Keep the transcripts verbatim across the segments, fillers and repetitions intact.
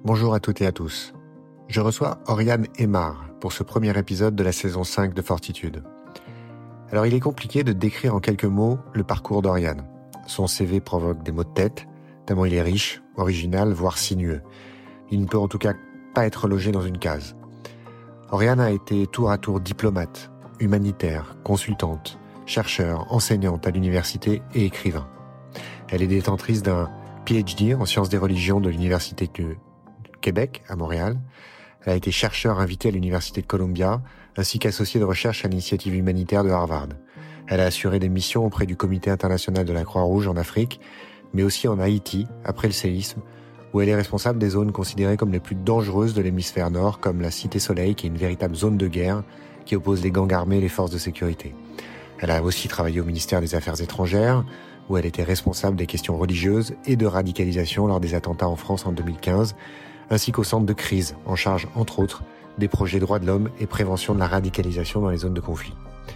Bonjour à toutes et à tous. Je reçois Oriane Aymar pour ce premier épisode de la saison cinq de Fortitude. Alors il est compliqué de décrire en quelques mots le parcours d'Oriane. Son C V provoque des maux de tête, tellement il est riche, original, voire sinueux. Il ne peut en tout cas pas être logé dans une case. Oriane a été tour à tour diplomate, humanitaire, consultante, chercheur, enseignante à l'université et écrivain. Elle est détentrice d'un P H D en sciences des religions de l'université de Québec, à Montréal. Elle a été chercheur invitée à l'université de Columbia, ainsi qu'associée de recherche à l'initiative humanitaire de Harvard. Elle a assuré des missions auprès du Comité international de la Croix-Rouge en Afrique, mais aussi en Haïti, après le séisme, où elle est responsable des zones considérées comme les plus dangereuses de l'hémisphère nord, comme la Cité Soleil, qui est une véritable zone de guerre qui oppose les gangs armés et les forces de sécurité. Elle a aussi travaillé au ministère des Affaires étrangères, où elle était responsable des questions religieuses et de radicalisation lors des attentats en France en deux mille quinze, ainsi qu'au centre de crise, en charge, entre autres, des projets droits de l'homme et prévention de la radicalisation dans les zones de conflit.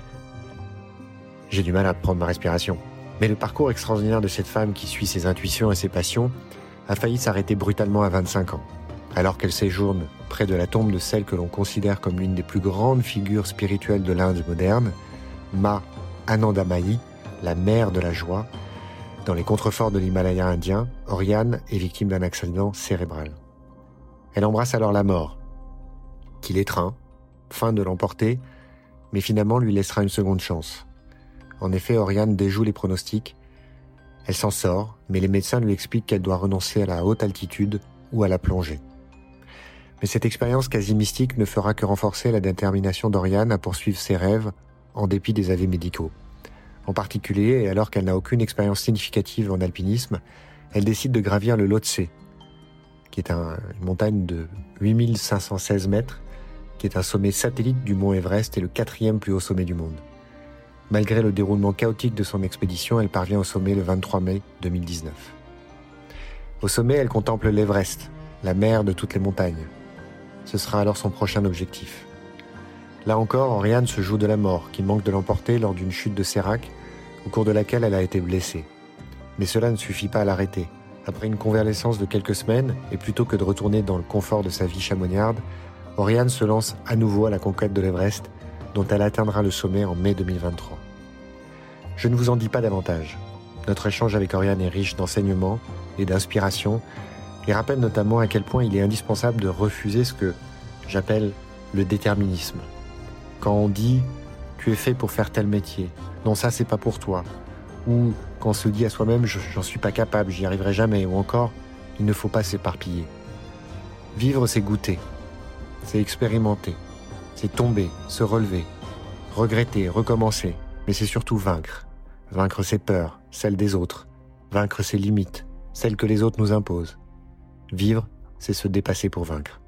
J'ai du mal à prendre ma respiration. Mais le parcours extraordinaire de cette femme qui suit ses intuitions et ses passions a failli s'arrêter brutalement à vingt-cinq ans, alors qu'elle séjourne près de la tombe de celle que l'on considère comme l'une des plus grandes figures spirituelles de l'Inde moderne, Ma Anandamayi, la mère de la joie. Dans les contreforts de l'Himalaya indien, Oriane est victime d'un accident cérébral. Elle embrasse alors la mort, qui l'étreint, fin de l'emporter, mais finalement lui laissera une seconde chance. En effet, Oriane déjoue les pronostics. Elle s'en sort, mais les médecins lui expliquent qu'elle doit renoncer à la haute altitude ou à la plongée. Mais cette expérience quasi mystique ne fera que renforcer la détermination d'Oriane à poursuivre ses rêves en dépit des avis médicaux. En particulier, et alors qu'elle n'a aucune expérience significative en alpinisme, elle décide de gravir le Lhotse, qui est un, une montagne de huit mille cinq cent seize mètres, qui est un sommet satellite du mont Everest et le quatrième plus haut sommet du monde. Malgré le déroulement chaotique de son expédition, elle parvient au sommet le vingt-trois mai deux mille dix-neuf. Au sommet, elle contemple l'Everest, la mère de toutes les montagnes. Ce sera alors son prochain objectif. Là encore, Oriane se joue de la mort, qui manque de l'emporter lors d'une chute de sérac, au cours de laquelle elle a été blessée. Mais cela ne suffit pas à l'arrêter. Après une convalescence de quelques semaines, et plutôt que de retourner dans le confort de sa vie chamonniarde, Oriane se lance à nouveau à la conquête de l'Everest, dont elle atteindra le sommet en mai deux mille vingt-trois. Je ne vous en dis pas davantage. Notre échange avec Oriane est riche d'enseignements et d'inspiration, et rappelle notamment à quel point il est indispensable de refuser ce que j'appelle le déterminisme. Quand on dit « tu es fait pour faire tel métier »,« non ça c'est pas pour toi », ou quand on se dit à soi-même « j'en suis pas capable, j'y arriverai jamais », ou encore « il ne faut pas s'éparpiller ». Vivre, c'est goûter, c'est expérimenter, c'est tomber, se relever, regretter, recommencer, mais c'est surtout vaincre. Vaincre ses peurs, celles des autres, vaincre ses limites, celles que les autres nous imposent. Vivre, c'est se dépasser pour vaincre.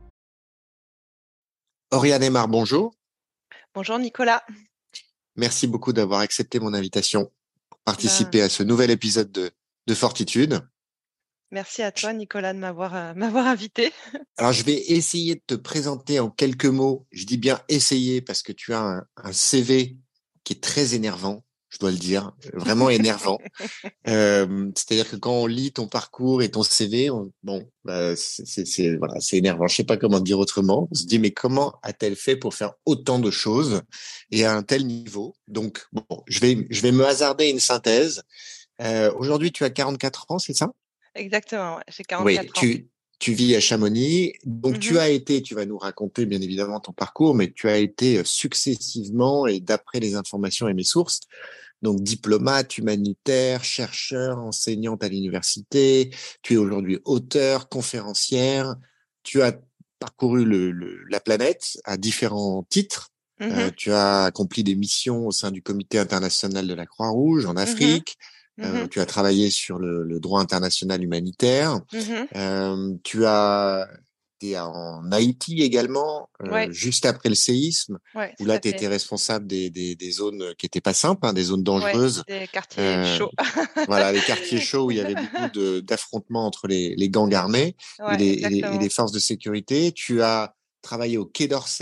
Oriane Aymar, bonjour. Bonjour Nicolas. Merci beaucoup d'avoir accepté mon invitation pour participer Ben, à ce nouvel épisode de, de Fortitude. Merci à toi Nicolas de m'avoir euh, m'avoir invité. Alors, je vais essayer de te présenter en quelques mots. Je dis bien essayer parce que tu as un, un C V qui est très énervant, je dois le dire, vraiment énervant. Euh, c'est-à-dire que quand on lit ton parcours et ton C V, on, bon, bah, c'est, c'est, c'est, voilà, c'est énervant. Je sais pas comment dire autrement. On se dit, mais comment a-t-elle fait pour faire autant de choses et à un tel niveau? Donc, bon, je vais, je vais me hasarder une synthèse. Euh, aujourd'hui, tu as quarante-quatre ans, c'est ça? Exactement, ouais, j'ai Oui, quarante-quatre ans. tu, tu vis à Chamonix. Donc, tu Mhm. as été, tu vas nous raconter bien évidemment ton parcours, mais tu as été successivement et d'après les informations et mes sources, donc diplomate, humanitaire, chercheur, enseignante à l'université. Tu es aujourd'hui auteur, conférencière. Tu as parcouru le, le- la planète à différents titres. Euh, Mhm. tu as accompli des missions au sein du Comité international de la Croix-Rouge en Mhm. Afrique. Euh, Mhm. tu as travaillé sur le, le droit international humanitaire. Mhm. Euh, tu as été en Haïti également, euh, Ouais, juste après le séisme, ouais, où tout là, à tu étais fait. responsable des, des, des zones qui étaient pas simples, hein, des zones Ouais, dangereuses. des quartiers Euh, chauds. voilà, les quartiers chauds où il y avait beaucoup de, d'affrontements entre les, les gangs armés et Ouais, les, et les, et les exactement. forces de sécurité. Tu as travaillé au Quai d'Orsay,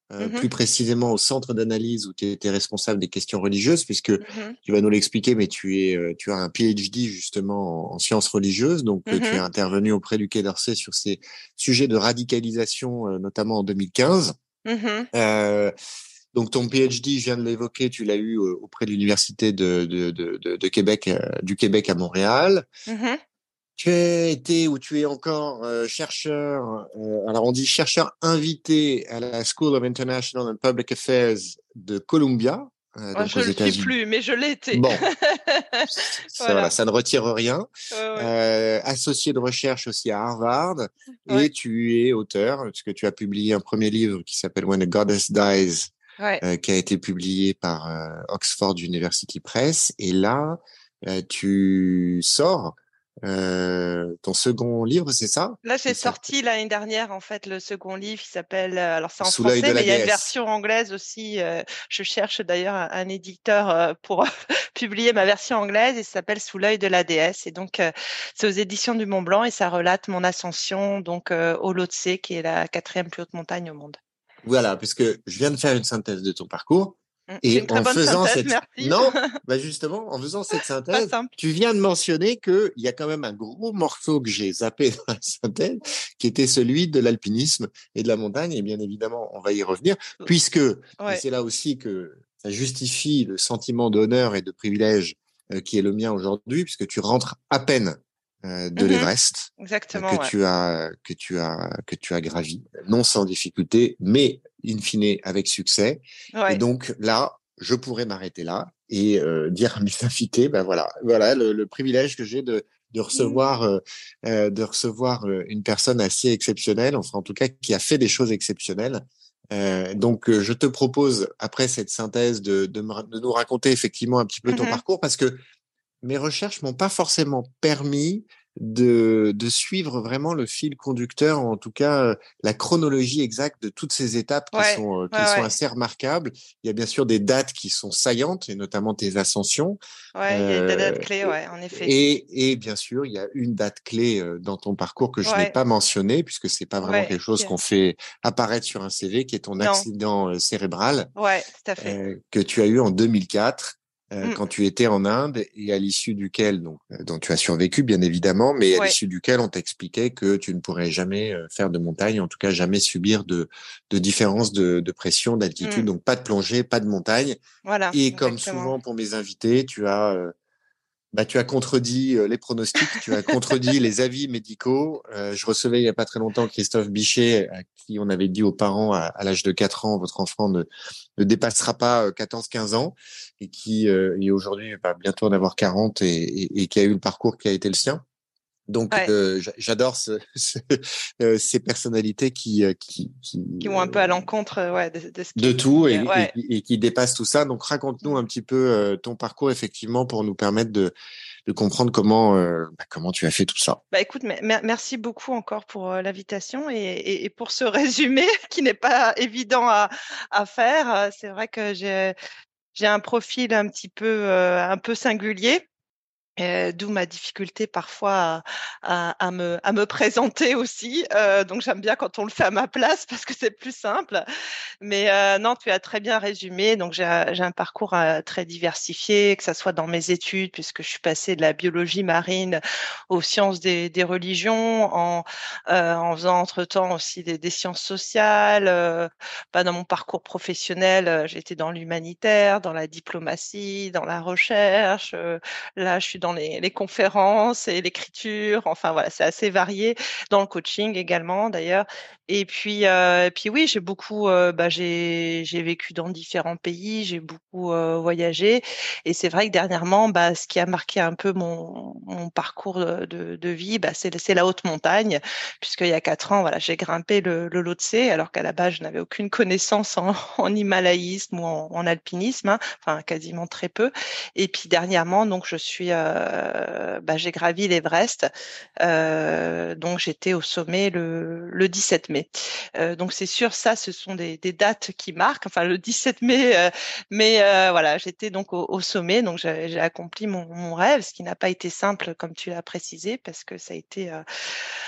euh, Mhm. plus précisément au centre d'analyse où tu étais responsable des questions religieuses, puisque Mhm. tu vas nous l'expliquer, mais tu es, euh, tu as un P H D justement en, en sciences religieuses, donc euh, tu es Mhm. intervenu auprès du Quai d'Orsay sur ces sujets de radicalisation, euh, notamment en deux mille quinze. Mhm. Euh, donc ton P H D, je viens de l'évoquer, tu l'as eu euh, auprès de l'université de, de, de, de, de Québec, euh, du Québec à Montréal. Mhm. Tu as été ou tu es encore euh, chercheur, euh, alors on dit chercheur invité à la School of International and Public Affairs de Columbia, euh, Oh, donc je aux le suis États-Unis. plus, mais je l'ai été. Bon, ça, voilà, Voilà. ça ne retire rien. Ouais, ouais. Euh, associé de recherche aussi à Harvard, Ouais. et tu es auteur, parce que tu as publié un premier livre qui s'appelle When a Goddess Dies, Ouais. euh, qui a été publié par euh, Oxford University Press. Et là, euh, tu sors euh, ton second livre, c'est ça? Là, Qui j'ai s'appelle sorti l'année dernière, en fait, le second livre qui s'appelle, euh, alors c'est en Sous l'œil de français, mais la il y a une déesse. version anglaise aussi. euh, je cherche d'ailleurs un, un éditeur euh, pour publier ma version anglaise et ça s'appelle Sous l'œil de la déesse. Et donc, euh, c'est aux éditions du Mont Blanc et ça relate mon ascension donc euh, au Lhotse, qui est la quatrième plus haute montagne au monde. Voilà, puisque je viens de faire une synthèse de ton parcours. Mm. C'est Et une très en bonne faisant synthèse, cette... merci. Non, bah justement, en faisant cette Pas synthèse, simple. tu viens de mentionner qu'il y a quand même un gros morceau que j'ai zappé dans la synthèse, qui était celui de l'alpinisme et de la montagne. Et bien évidemment, on va y revenir, puisque, et Ouais. c'est là aussi que ça justifie le sentiment d'honneur et de privilège euh, qui est le mien aujourd'hui, puisque tu rentres à peine euh, de Mhm. l'Everest, euh, que Exactement, ouais. tu as que tu as que tu as gravi, non sans difficulté, mais in fine avec succès. Et Ouais. donc là, je pourrais m'arrêter là et euh, dire à mes invités, ben voilà, voilà le, le privilège que j'ai de de recevoir euh, euh, de recevoir euh, une personne assez exceptionnelle, enfin en tout cas qui a fait des choses exceptionnelles. Euh, donc euh, je te propose après cette synthèse de de, me, de nous raconter effectivement un petit peu ton Mhm. parcours parce que mes recherches m'ont pas forcément permis de, de suivre vraiment le fil conducteur, ou en tout cas euh, la chronologie exacte de toutes ces étapes qui Ouais. sont, euh, Ouais, qui sont ouais. assez remarquables. Il y a bien sûr des dates qui sont saillantes, et notamment tes ascensions. Ouais, il y a des Euh, dates clés, et, ouais, en effet. et, et bien sûr, il y a une date clé euh, dans ton parcours que je n'ai Ouais. pas mentionnée, puisque c'est pas vraiment Ouais. quelque chose qui- qu'on fait apparaître sur un C V, qui est ton Non. accident euh, cérébral Ouais, tout à fait. euh, que tu as eu en deux mille quatre euh, Mm. quand tu étais en Inde et à l'issue duquel, donc, euh, dont tu as survécu bien évidemment, mais à Ouais. l'issue duquel on t'expliquait que tu ne pourrais jamais euh, faire de montagne, en tout cas jamais subir de, de différence de, de pression, d'altitude, Mm. donc pas de plongée, pas de montagne. Voilà, Et comme exactement. souvent pour mes invités, tu as euh, bah, tu as contredit euh, les pronostics, tu as contredit les avis médicaux. Euh, je recevais il y a pas très longtemps Christophe Bichet, à qui on avait dit aux parents à, à l'âge de quatre ans, votre enfant ne, ne dépassera pas quatorze quinze ans, et qui euh, est aujourd'hui va bientôt en avoir quarante et, et, et qui a eu le parcours qui a été le sien. Donc Ouais. euh, j'a- j'adore ce, ce, euh, ces personnalités qui, euh, qui, qui Qui vont un peu euh, à l'encontre, euh, ouais, de, de ce qui de est tout dit. et, euh, et, Ouais. qui- et qui dépassent tout ça. Donc raconte-nous Mm. un petit peu euh, ton parcours effectivement pour nous permettre de de comprendre comment euh, bah, comment tu as fait tout ça. Bah écoute, me- me- merci beaucoup encore pour euh, l'invitation et, et, et pour ce résumé qui n'est pas évident à, à faire. Euh, C'est vrai que j'ai j'ai un profil un petit peu euh, un peu singulier. Euh, d'où ma difficulté parfois à, à, à me, à me présenter aussi. Euh, donc j'aime bien quand on le fait à ma place parce que c'est plus simple. Mais euh, non, tu as très bien résumé. Donc j'ai un- j'ai un parcours euh, très diversifié, que ça soit dans mes études, puisque je suis passée de la biologie marine aux sciences des, des religions, en, euh, en faisant entre-temps aussi des, des sciences sociales. Euh, pas dans mon parcours professionnel, euh, j'ai été dans l'humanitaire, dans la diplomatie, dans la recherche. Euh, là, je suis dans les, les conférences et l'écriture. Enfin voilà, c'est assez varié. Dans le coaching également, d'ailleurs. Et puis, euh, et puis oui, j'ai beaucoup, euh, bah, j'ai, j'ai vécu dans différents pays, j'ai beaucoup euh, voyagé. Et c'est vrai que dernièrement, bah, ce qui a marqué un peu mon, mon parcours de, de, de vie, bah, c'est, c'est la haute montagne, puisqu'il y a quatre ans, voilà, j'ai grimpé le, le Lhotse, alors qu'à la base, je n'avais aucune connaissance en, en himalayisme ou en, en alpinisme, hein, enfin quasiment très peu. Et puis dernièrement, donc je suis, euh, bah, j'ai gravi l'Everest. Euh, donc j'étais au sommet le, le dix-sept mai. Euh, donc c'est sûr, ça, ce sont des, des dates qui marquent. Enfin, le dix-sept mai, euh, mais euh, voilà, j'étais donc au, au sommet, donc j'ai j'ai accompli mon, mon rêve, ce qui n'a pas été simple, comme tu l'as précisé, parce que ça a été euh,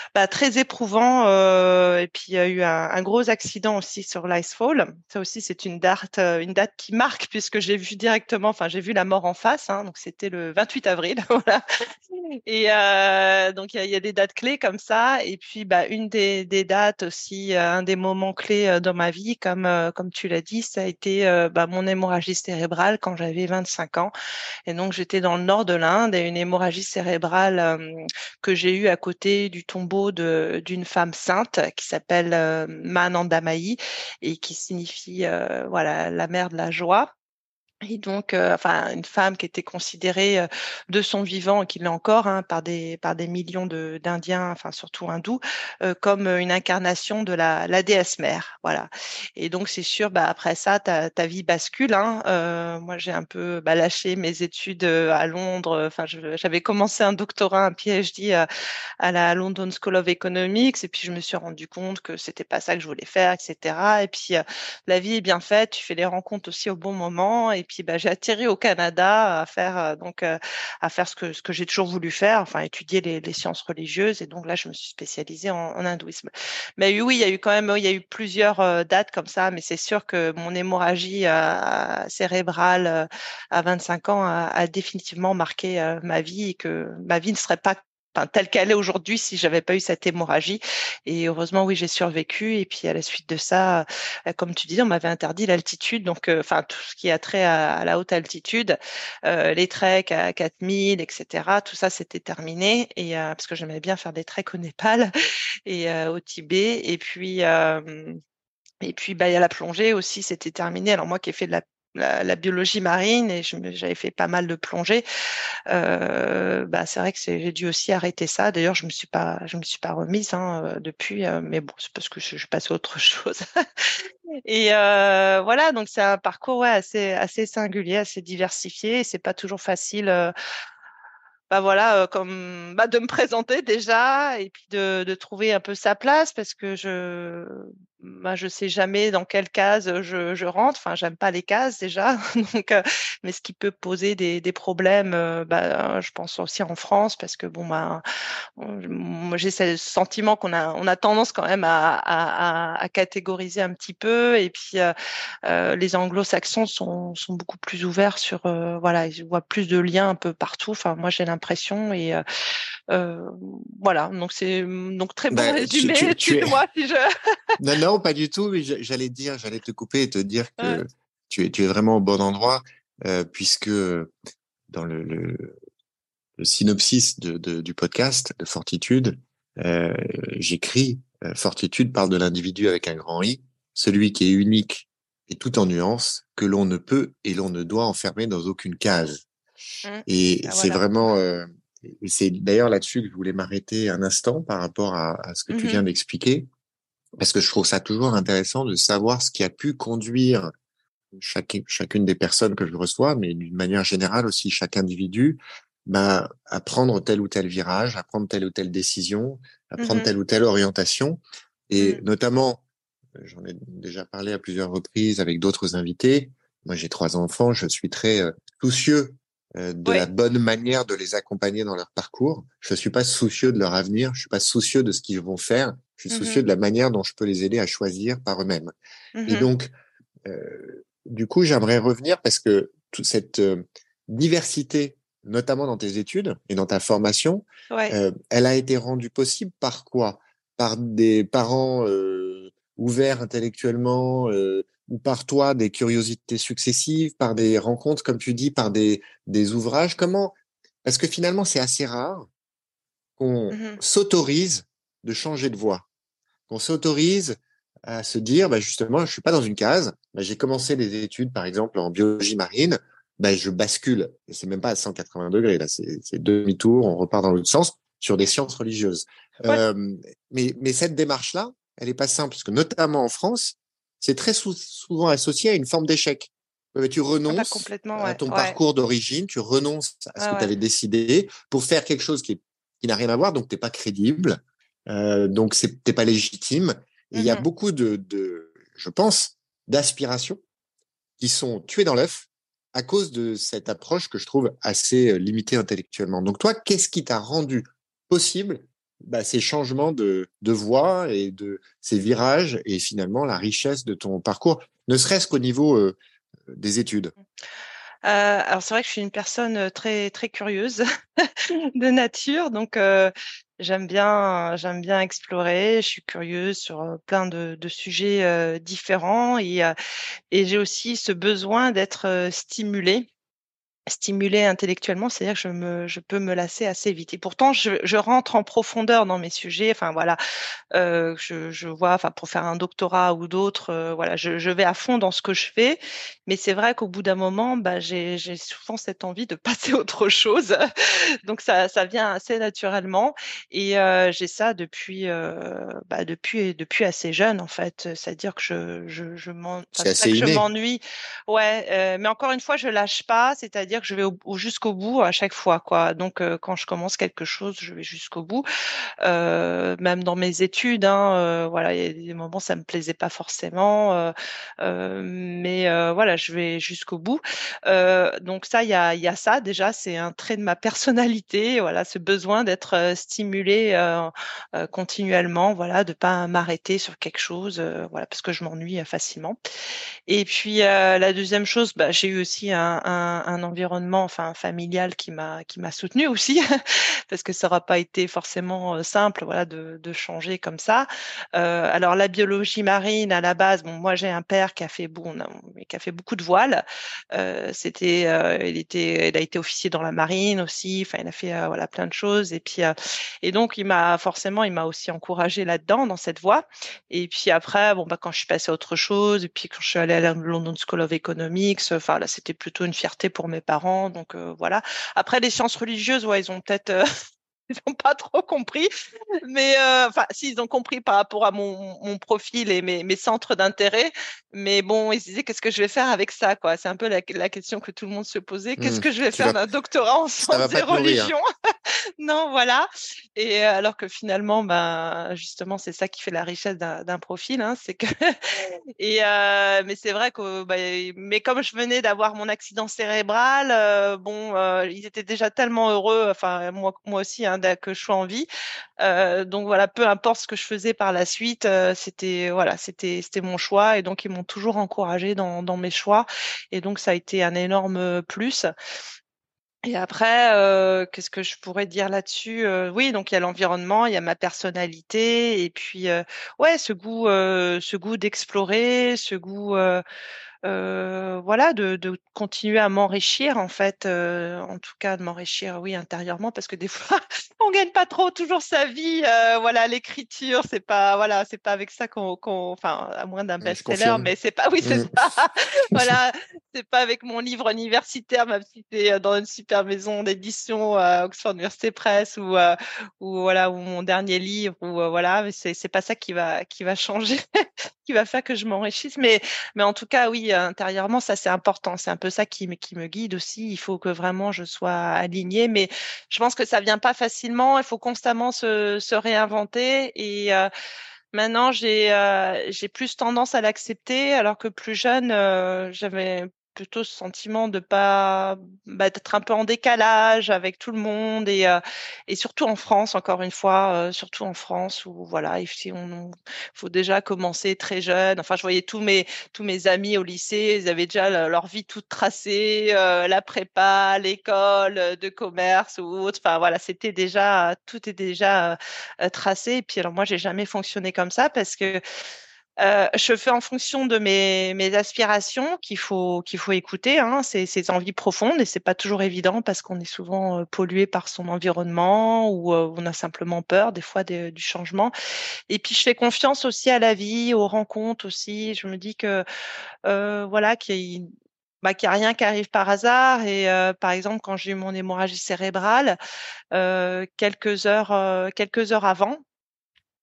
Bah, très éprouvant. Euh, et puis il y a eu un, un gros accident aussi sur l'Icefall. Ça aussi, c'est une date, euh, une date qui marque puisque j'ai vu directement, enfin j'ai vu la mort en face. Hein, donc c'était le vingt-huit avril. Voilà. Et euh, donc il y a, il y a des dates clés comme ça. Et puis bah une des, des dates aussi, euh, un des moments clés euh, dans ma vie, comme euh, comme tu l'as dit, ça a été euh, bah, mon hémorragie cérébrale quand j'avais vingt-cinq ans. Et donc, j'étais dans le nord de l'Inde et une hémorragie cérébrale euh, que j'ai eue à côté du tombeau de, d'une femme sainte qui s'appelle euh, Mahanandamayi et qui signifie euh, voilà la mère de la joie. Et donc, euh, enfin, une femme qui était considérée euh, de son vivant, et qui l'est encore hein, par des par des millions de d'Indiens, enfin surtout hindous, euh, comme euh, une incarnation de la la déesse mère, voilà. Et donc c'est sûr, bah après ça, ta ta vie bascule. Hein. Euh, moi, j'ai un peu bah, lâché mes études euh, à Londres. Enfin, je- j'avais commencé un doctorat, un PhD à, à la London School of Economics, et puis je me suis rendu compte que c'était pas ça que je voulais faire, et cetera. Et puis euh, la vie est bien faite, tu fais les rencontres aussi au bon moment. Et puis bah, j'ai atterri au Canada à faire euh, donc euh, à faire ce que ce que j'ai toujours voulu faire, enfin étudier les, les sciences religieuses. Et donc là, je me suis spécialisée en, en hindouisme. Mais oui, il y a eu quand même, il y a eu plusieurs euh, dates comme ça. Mais c'est sûr que mon hémorragie euh, cérébrale euh, à vingt-cinq ans a, a définitivement marqué euh, ma vie et que ma vie ne serait pas enfin, telle qu'elle est aujourd'hui si j'avais pas eu cette hémorragie. Et heureusement, oui, j'ai survécu. Et puis à la suite de ça, euh, comme tu disais, on m'avait interdit l'altitude, donc euh, enfin tout ce qui a trait à, à la haute altitude, euh, les treks à quatre mille, et cetera. Tout ça, c'était terminé. Et euh, parce que j'aimais bien faire des treks au Népal et euh, au Tibet. Et puis euh, et puis bah il y a la plongée aussi, c'était terminé. Alors moi qui ai fait de la la, la biologie marine et je me- j'avais fait pas mal de plongée. Euh, bah c'est vrai que c'est- j'ai dû aussi arrêter ça. D'ailleurs, je me suis pas, je me suis pas remise hein, euh, depuis, euh, mais bon, c'est parce que je, je passe à autre chose. Et euh, voilà, donc c'est un parcours ouais, assez assez singulier, assez diversifié. Et c'est pas toujours facile. Euh, bah voilà, euh, comme bah de me présenter déjà et puis de, de trouver un peu sa place parce que je bah je sais jamais dans quelle case je, je rentre. Enfin, j'aime pas les cases déjà. Donc, euh, mais ce qui peut poser des, des problèmes, euh, bah je pense aussi en France parce que bon bah moi, j'ai ce sentiment qu'on a, on a tendance quand même à, à, à- à catégoriser un petit peu. Et puis, euh, euh, les anglo-saxons sont, sont beaucoup plus ouverts sur, euh, voilà, ils voient plus de liens un peu partout. Enfin, moi, j'ai l'impression. Et euh, euh, voilà, donc c'est donc très bon Bah, tu, résumé. tu, tu es... Excuse-moi si je. Non, non, pas du tout, mais j'a- j'allais te dire, j'allais te couper et te dire Ouais. que tu es, tu es vraiment au bon endroit, euh, puisque dans le, le, le synopsis de, de- du podcast de Fortitude, euh, j'écris euh, Fortitude parle de l'individu avec un grand I, celui qui est unique et tout en nuances, que l'on ne peut et l'on ne doit enfermer dans aucune case. Mm. Et Ah, c'est voilà. vraiment, euh, et c'est d'ailleurs là-dessus que je voulais m'arrêter un instant par rapport à, à ce que tu Mhm. viens d'expliquer, parce que je trouve ça toujours intéressant de savoir ce qui a pu conduire chaque, chacune des personnes que je reçois, mais d'une manière générale aussi chaque individu, bah, à prendre tel ou tel virage, à prendre telle ou telle décision, à prendre Mhm. telle ou telle orientation. Et Mhm. notamment, euh, j'en ai déjà parlé à plusieurs reprises avec d'autres invités. Moi, j'ai trois enfants, je suis très euh, soucieux euh, de la Ouais. bonne manière de les accompagner dans leur parcours. Je suis pas soucieux de leur avenir, je suis pas soucieux de ce qu'ils vont faire, je suis soucieux Mhm. de la manière dont je peux les aider à choisir par eux-mêmes. Et Mhm. donc, euh, du coup, j'aimerais revenir parce que toute cette euh, diversité, notamment dans tes études et dans ta formation, Ouais. euh, elle a été rendue possible par quoi? Par des parents euh, ouverts intellectuellement, euh, ou par toi, des curiosités successives, par des rencontres, comme tu dis, par des, des ouvrages. Comment? Parce que finalement, c'est assez rare qu'on Mhm. s'autorise de changer de voie, qu'on s'autorise à se dire, bah justement, je suis pas dans une case. Bah, j'ai commencé des études, par exemple, en biologie marine. Bah, je bascule. Et c'est même pas à cent quatre-vingts degrés. Là, c'est, c'est demi-tour. On repart dans l'autre sens sur des sciences religieuses. Ouais. Euh, mais, mais cette démarche-là, elle est pas simple parce que notamment en France, c'est très sou- souvent associé à une forme d'échec. Euh, Tu Ah bah renonces complètement. à Ouais. ton Ouais. parcours d'origine, tu renonces à ce Ouais. que tu Ouais. avais décidé pour faire quelque chose qui, est- qui n'a rien à voir, donc t'es pas crédible, euh, donc c'est t'es pas légitime. Et il y a Mhm. beaucoup de, de je pense, d'aspirations qui sont tuées dans l'œuf à cause de cette approche que je trouve assez euh, limitée intellectuellement. Donc toi, qu'est-ce qui t'a rendu possible bah, ces changements de, de voie et de ces virages et finalement la richesse de ton parcours, ne serait-ce qu'au niveau euh, des études? Heu, alors c'est vrai que je suis une personne, heu, très très curieuse de nature, donc heu, j'aime bien j'aime bien explorer. Je suis curieuse sur, heu, plein de de sujets, heu, différents et heu et j'ai aussi ce besoin d'être, heu, stimulée. Stimulée intellectuellement, c'est-à-dire que je me je peux me lasser assez vite et pourtant je je rentre en profondeur dans mes sujets, enfin voilà, heu, je je vois enfin pour faire un doctorat ou d'autres, heu, voilà, je je vais à fond dans ce que je fais. Mais c'est vrai qu'au bout d'un moment, bah, j'ai j'ai souvent cette envie de passer à autre chose. Donc ça ça vient assez naturellement et heu, j'ai ça depuis, heu, bah, depuis depuis assez jeune en fait. C'est-à-dire que je je je m'en enfin C'est c'est pas assez que je inné. m'ennuie, ouais, heu, mais encore une fois je lâche pas, c'est-à-dire que je vais au au jusqu'au bout à chaque fois quoi. Donc heu, quand je commence quelque chose, je vais jusqu'au bout. Heu, même dans mes études, hein, heu, voilà, il y a des moments ça me plaisait pas forcément, heu heu, mais heu, voilà, je vais jusqu'au bout. Heu, donc ça, il y a il y a ça déjà, c'est un trait de ma personnalité, voilà, ce besoin d'être, heu, stimulée, heu heu, continuellement, voilà, de pas m'arrêter sur quelque chose, heu, voilà, parce que je m'ennuie, heu, facilement. Et puis, heu, la deuxième chose, bah, j'ai eu aussi un un un environnement, enfin familial qui m'a qui m'a soutenue aussi, parce que ça aura pas été forcément, heu, simple, voilà, de de changer comme ça. Heu, alors la biologie marine à la base, bon, moi j'ai un père qui a fait bon, on a mais qui a fait beaucoup de voiles. Heu, c'était, heu, il était il a été officier dans la marine aussi, enfin il a fait, heu, voilà, plein de choses et puis, heu et donc il m'a forcément, il m'a aussi encouragée là-dedans, dans cette voie. Et puis après, bon, bah, quand je suis passée à autre chose et puis quand je suis allée à la London School of Economics, enfin là, c'était plutôt une fierté pour mes parents, donc heu, voilà. Après les sciences religieuses, ouais, ils ont peut-être, heu, ils ont pas trop compris, mais heu, enfin si, ils ont compris par rapport à mon mon profil et mes mes centres d'intérêt, mais bon, ils se disaient: «Qu'est-ce que je vais faire avec ça, quoi?» C'est un peu la la question que tout le monde se posait: «Qu'est-ce Hmm. que je vais Tu faire vas, d'un doctorat en ça va sciences pas et te nourrir. religion?» Non, voilà. Et heu, alors que finalement, ben, justement, c'est ça qui fait la richesse d'un d'un profil, hein, c'est que et heu, mais c'est vrai que, bah, mais comme je venais d'avoir mon accident cérébral, heu, bon, heu, ils étaient déjà tellement heureux, enfin moi moi aussi, hein, d'a que je sois en vie. Heu, donc voilà, peu importe ce que je faisais par la suite, heu, c'était voilà, c'était c'était mon choix et donc ils m'ont toujours encouragée dans dans mes choix et donc ça a été un énorme, plus. Et après, heu, qu'est-ce que je pourrais dire là-dessus? Heu, oui, donc il y a l'environnement, il y a ma personnalité et puis, heu, ouais, ce goût, heu, ce goût d'explorer, ce goût, heu Heu, voilà, de de continuer à m'enrichir en fait, heu, en tout cas de m'enrichir, oui, intérieurement parce que des fois on gagne pas trop toujours sa vie, heu, voilà, l'écriture, c'est pas voilà, c'est pas avec ça qu'on qu'on enfin, à moins d'un Hmm, je best-seller, confirme. mais c'est pas oui, c'est Hmm. ça, voilà, c'est pas avec mon livre universitaire, même si c'est, heu, dans une super maison d'édition, heu, Oxford Université Press ou, heu, ou voilà, ou mon dernier livre ou, heu, voilà, mais c'est c'est pas ça qui va qui va changer, qui va faire que je m'enrichisse, mais mais en tout cas, oui, intérieurement, ça, c'est important. C'est un peu ça qui me qui me guide aussi. Il faut que vraiment je sois alignée, mais je pense que ça vient pas facilement. Il faut constamment se se réinventer et heu, maintenant j'ai, heu, j'ai plus tendance à l'accepter alors que plus jeune, heu, j'avais plutôt ce sentiment de pas bah, d'être un peu en décalage avec tout le monde et heu et surtout en France, encore une fois, heu, surtout en France où voilà, il si on faut déjà commencer très jeune. Enfin, je voyais tous mes tous mes amis au lycée, ils avaient déjà le leur vie toute tracée, heu, la prépa, l'école, heu, de commerce ou autre. Enfin voilà, c'était déjà, tout est déjà, heu heu, tracé et puis alors moi, j'ai jamais fonctionné comme ça parce que, heu, je fais en fonction de mes mes aspirations qu'il faut qu'il faut écouter, hein, ces ces envies profondes et c'est pas toujours évident parce qu'on est souvent, heu, pollué par son environnement ou, heu, on a simplement peur des fois de du changement et puis je fais confiance aussi à la vie, aux rencontres aussi. Je me dis que, heu, voilà, qu'il bah, qu'il y a rien qui arrive par hasard et heu, par exemple, quand j'ai eu mon hémorragie cérébrale, heu, quelques heures, heu, quelques heures avant,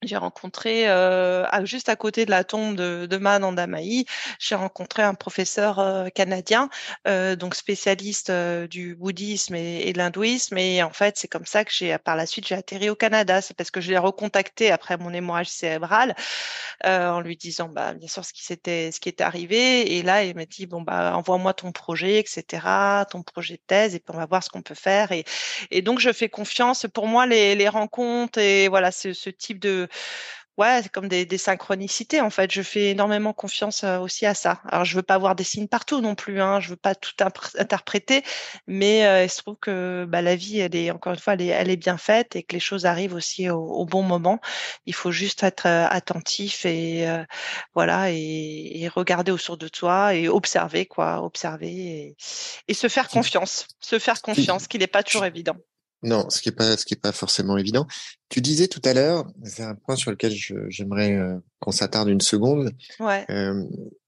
J'ai rencontré, euh, à- juste à côté de la tombe de, de Mananda Mai, j'ai rencontré un professeur euh, canadien, euh, donc spécialiste euh, du bouddhisme et, et de l'hindouisme. Et en fait, c'est comme ça que j'ai, par la suite, j'ai atterri au Canada. C'est parce que je l'ai recontacté après mon hémorragie cérébrale, euh, en lui disant, bah, bien sûr, ce qui s'était, ce qui était arrivé. Et là, il m'a dit, bon, bah, envoie-moi ton projet, et cetera, ton projet de thèse, et puis on va voir ce qu'on peut faire. Et, et donc, je fais confiance. Pour moi, les, les rencontres et voilà, ce, ce type de, ouais, c'est comme des, des synchronicités, en fait. Je fais énormément confiance euh, aussi à ça. Alors, je veux pas avoir des signes partout non plus, hein. Je veux pas tout impr- interpréter, mais euh, il se trouve que bah, la vie, elle est, encore une fois, elle est, elle est bien faite et que les choses arrivent aussi au, au bon moment. Il faut juste être euh, attentif et euh, voilà, et, et regarder autour de toi et observer, quoi, observer et, et se faire Tu, confiance, se faire tu, confiance, qui n'est pas toujours tu- évident. non, ce qui est pas, ce qui est pas forcément évident. Tu disais tout à l'heure, c'est un point sur lequel je- j'aimerais euh, qu'on s'attarde une seconde. Ouais, Euh,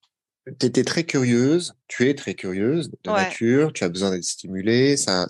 tu étais très curieuse, tu es très curieuse de ouais, nature, tu as besoin d'être stimulée, ça,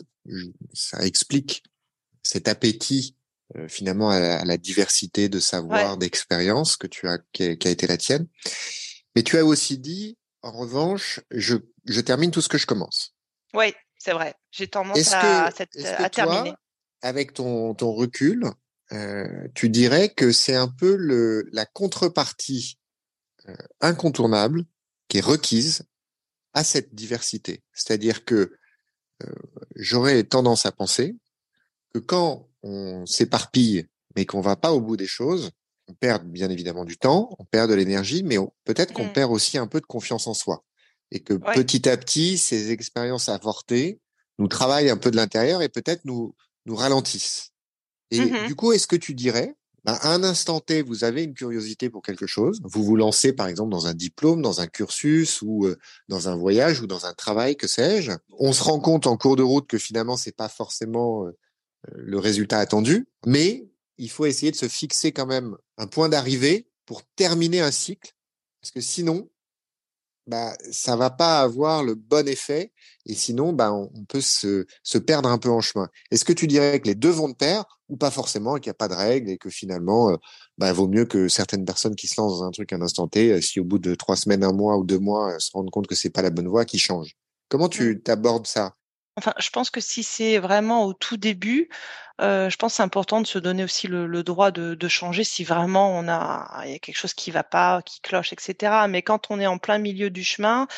ça explique cet appétit euh, finalement à la, à la diversité de ouais, savoir, d'expérience que tu as, qui a, qui a été la tienne. Mais tu as aussi dit, en revanche, je, je termine tout ce que je commence. ouais, c'est vrai. J'ai tendance Est-ce à, à, que, cette- est-ce que à toi, terminer. avec ton, ton recul, euh, tu dirais que c'est un peu le, la contrepartie euh, incontournable qui est requise à cette diversité? C'est-à-dire que euh, j'aurais tendance à penser que quand on s'éparpille, mais qu'on va pas au bout des choses, on perd bien évidemment du temps, on perd de l'énergie, mais on- peut-être qu'on Mm. perd aussi un peu de confiance en soi. Et que Ouais. petit à petit, ces expériences avortées nous travaillent un peu de l'intérieur et peut-être nous, nous ralentissent. Et Mhm. du coup, est-ce que tu dirais, bah, à un instant T, vous avez une curiosité pour quelque chose, vous vous lancez par exemple dans un diplôme, dans un cursus ou euh, dans un voyage ou dans un travail, que sais-je. On se rend compte en cours de route que finalement, c'est pas forcément euh, le résultat attendu, mais il faut essayer de se fixer quand même un point d'arrivée pour terminer un cycle, parce que sinon, bah, ça va pas avoir le bon effet, et sinon, bah, on, on peut se, se perdre un peu en chemin. Est-ce que tu dirais que les deux vont de pair, ou pas forcément, et qu'il n'y a pas de règle, et que finalement, euh, bah, vaut mieux que certaines personnes qui se lancent dans un truc à un instant T, euh, si au bout de trois semaines, un mois ou deux mois, euh, se rendent compte que c'est pas la bonne voie, qui changent. Comment Mm. tu t'abordes ça? Enfin, je pense que si c'est vraiment au tout début, euh, je pense que c'est important de se donner aussi le, le droit de, de changer si vraiment on a, il y a quelque chose qui va pas, qui cloche, et cetera. Mais quand on est en plein milieu du chemin,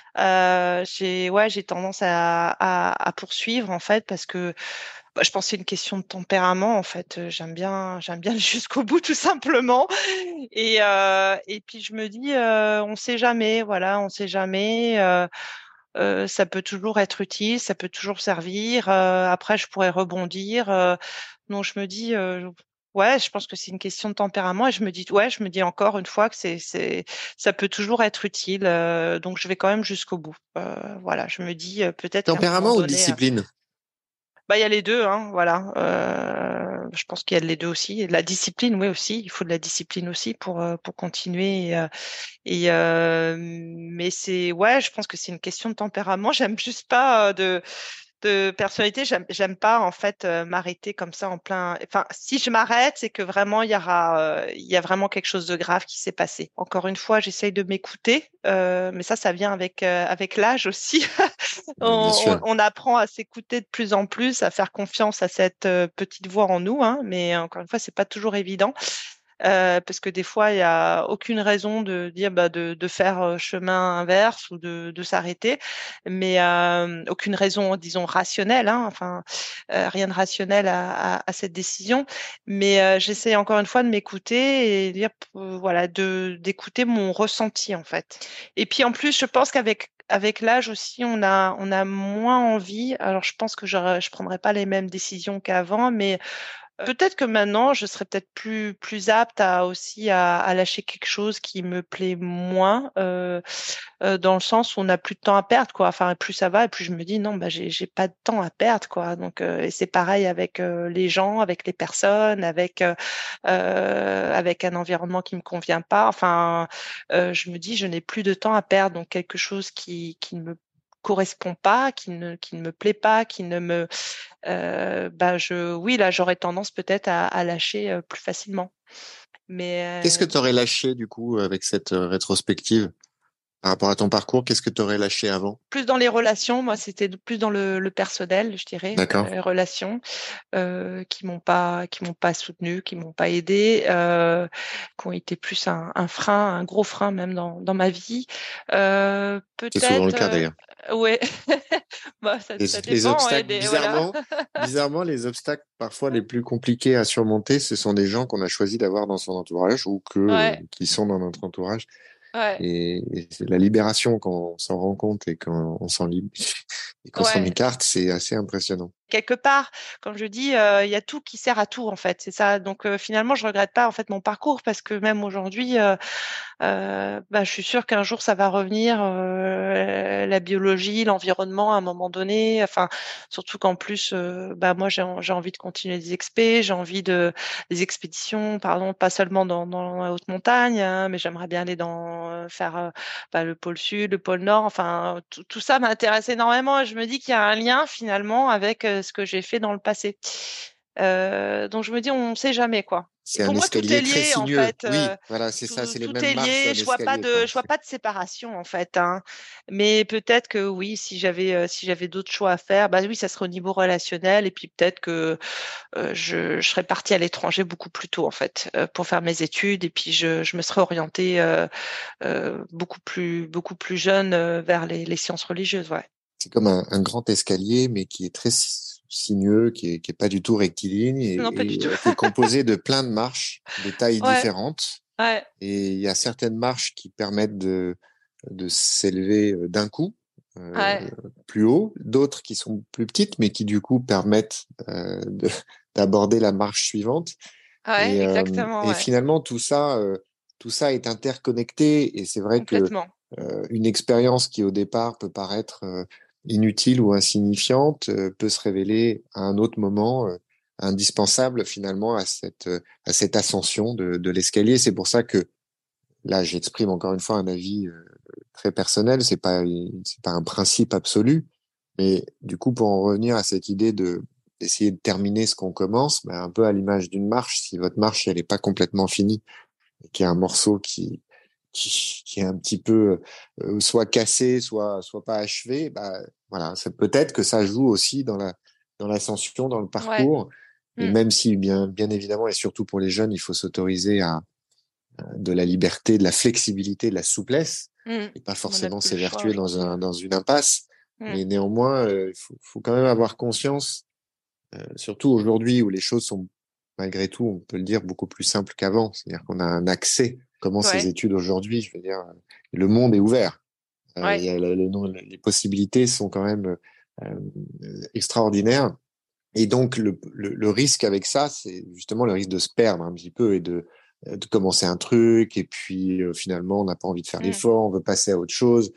euh, j'ai, ouais, j'ai tendance à, à, à poursuivre en fait parce que bah, je pense que c'est une question de tempérament en fait. Euh, J'aime bien, j'aime bien aller jusqu'au bout tout simplement. Et euh, et puis je me dis, euh, on sait jamais, voilà, on sait jamais. Euh, euh, ça peut toujours être utile, ça peut toujours servir. Euh, après, je pourrais rebondir. Euh, donc, je me dis, euh, ouais, je pense que c'est une question de tempérament. Et je me dis, ouais, je me dis encore une fois que c'est, c'est, ça peut toujours être utile. Euh, donc, je vais quand même jusqu'au bout. Euh, voilà, je me dis euh, peut-être qu'à un moment Tempérament ou donné, euh, discipline? bah, il y a les deux, hein, voilà. Euh, je pense qu'il y a les deux aussi. Et de la discipline, oui aussi. Il faut de la discipline aussi pour euh, pour continuer. Et, euh, et euh, mais c'est ouais, je pense que c'est une question de tempérament. J'aime juste pas euh, de de personnalité. J'aime j'aime pas en fait euh, m'arrêter comme ça en plein. Enfin, si je m'arrête, c'est que vraiment il y aura euh, il y a vraiment quelque chose de grave qui s'est passé. Encore une fois, j'essaye de m'écouter, euh, mais ça, ça vient avec euh, avec l'âge aussi. Euh, Bien On, on- sûr. on apprend à s'écouter de plus en plus, à faire confiance à cette euh, petite voix en nous, hein, mais encore une fois, c'est pas toujours évident. Euh, parce que des fois, il y a aucune raison de dire bah, de, de faire euh, chemin inverse ou de, de s'arrêter, mais euh, aucune raison, disons, rationnelle, hein, enfin, euh, rien de rationnel à, à, à cette décision. Mais euh, j'essaie encore une fois de m'écouter et dire, euh, voilà, de d'écouter mon ressenti en fait. Et puis en plus, je pense qu'avec avec l'âge aussi, on a on a moins envie. Alors, je pense que je je prendrai pas les mêmes décisions qu'avant, mais peut-être que maintenant, je serais peut-être plus plus apte à aussi à, à lâcher quelque chose qui me plaît moins, euh, euh, dans le sens où on n'a plus de temps à perdre, quoi. Enfin, plus ça va, et plus je me dis non, bah j'ai j'ai pas de temps à perdre, quoi. Donc, euh, et c'est pareil avec euh, les gens, avec les personnes, avec euh, euh, avec un environnement qui me convient pas. Enfin, euh, je me dis je n'ai plus de temps à perdre, donc quelque chose qui qui ne me correspond pas, qui ne qui ne me plaît pas, qui ne me euh, bah je, oui, là, j'aurais tendance peut-être à, à lâcher euh, plus facilement. Mais Qu'est-ce que euh, tu aurais lâché du coup avec cette euh, rétrospective par rapport à ton parcours? Qu'est-ce que tu aurais lâché avant? plus dans les relations, moi, c'était plus dans le, le personnel, je dirais, D'accord. les relations. Euh, qui m'ont pas qui m'ont pas soutenu, qui m'ont pas aidé, euh, qui ont été plus un, un frein, un gros frein même dans dans ma vie. Euh, C'est souvent le peut-être, cas euh, d'ailleurs. ouais, bah ça Les, ça les dépend, ouais, obstacles, des- voilà. bizarrement, bizarrement, les obstacles parfois les plus compliqués à surmonter, ce sont des gens qu'on a choisi d'avoir dans son entourage ou que euh, Ouais, qui sont dans notre entourage. ouais, Et, et c'est la libération quand on s'en rend compte et quand on s'en lib- et qu'on s'en ouais. écarte, c'est assez impressionnant. Quelque part, comme je dis, euh, il y a tout qui sert à tout en fait, c'est ça. Donc euh, finalement, je regrette pas en fait mon parcours parce que même aujourd'hui, euh, euh, bah, je suis sûre qu'un jour ça va revenir, euh, la biologie, l'environnement à un moment donné. Enfin, surtout qu'en plus, euh, bah moi j'ai en- j'ai envie de continuer des expés, j'ai envie de des expéditions, pardon, pas seulement dans, dans la haute montagne, hein, mais j'aimerais bien aller dans euh, faire euh, bah, le pôle sud, le pôle nord. Enfin, tout, tout ça m'intéresse énormément et je me dis qu'il y a un lien finalement avec euh, ce que j'ai fait dans le passé. Euh, donc je me dis, on ne sait jamais quoi. Et C'est un pour moi, tout est escalier très lié en sinueux. fait. euh, Oui, voilà, c'est ça, tout, c'est les tout mêmes est marches lié. d'un Je vois pas escalier, de, quoi. je vois pas de séparation en fait. Hein. Mais peut-être que oui, si j'avais, euh, si j'avais d'autres choix à faire, bah oui, ça serait au niveau relationnel. Et puis peut-être que euh, je, je serais partie à l'étranger beaucoup plus tôt en fait euh, pour faire mes études. Et puis je, je me serais orientée euh, euh, beaucoup plus, beaucoup plus jeune euh, vers les, les sciences religieuses. Ouais. C'est comme un, un grand escalier, mais qui est très si- sinueux, qui est, qui est pas du tout rectiligne Non, pas et, du et, tout. euh, qui est composé de plein de marches de tailles Ouais, différentes. ouais, Et il y a certaines marches qui permettent de, de s'élever euh, d'un coup euh, ouais, plus haut, d'autres qui sont plus petites, mais qui du coup permettent euh, de- d'aborder la marche suivante. ouais, Et, euh, exactement, et ouais, finalement, tout ça, euh, tout ça est interconnecté. Et c'est vrai que complètement. euh, une expérience qui au départ peut paraître euh, inutile ou insignifiante euh, peut se révéler à un autre moment euh, indispensable finalement à cette euh, à cette ascension de, de l'escalier. C'est pour ça que là, j'exprime encore une fois un avis euh, très personnel. C'est pas c'est pas un principe absolu, mais du coup, pour en revenir à cette idée de d'essayer de terminer ce qu'on commence, ben, un peu à l'image d'une marche, si votre marche elle est pas complètement finie et qu'il y a un morceau qui qui, qui est un petit peu euh, soit cassé, soit soit pas achevé, bah voilà, c'est peut-être que ça joue aussi dans la dans l'ascension, dans le Ouais. parcours. Et Mm, même si bien bien évidemment et surtout pour les jeunes, il faut s'autoriser à de la liberté, de la flexibilité, de la souplesse, mm. et pas On n'a forcément plus le choix s'évertuer dans aujourd'hui. un Ouais. dans une impasse. Mm, Mais néanmoins, euh, il faut, faut quand même avoir conscience, euh, surtout aujourd'hui où les choses sont malgré tout, on peut le dire, beaucoup plus simples qu'avant. C'est-à-dire qu'on a un accès. Comment ces ouais, études aujourd'hui, je veux dire, euh, le monde est ouvert. Euh, il ouais. y a le, le nom- les possibilités sont quand même euh, extraordinaires. Et donc, le, le, le risque avec ça, c'est justement le risque de se perdre un petit peu et de, euh, de commencer un truc. Et puis, euh, finalement, on n'a pas envie de faire Mm, l'effort, on veut passer à autre chose.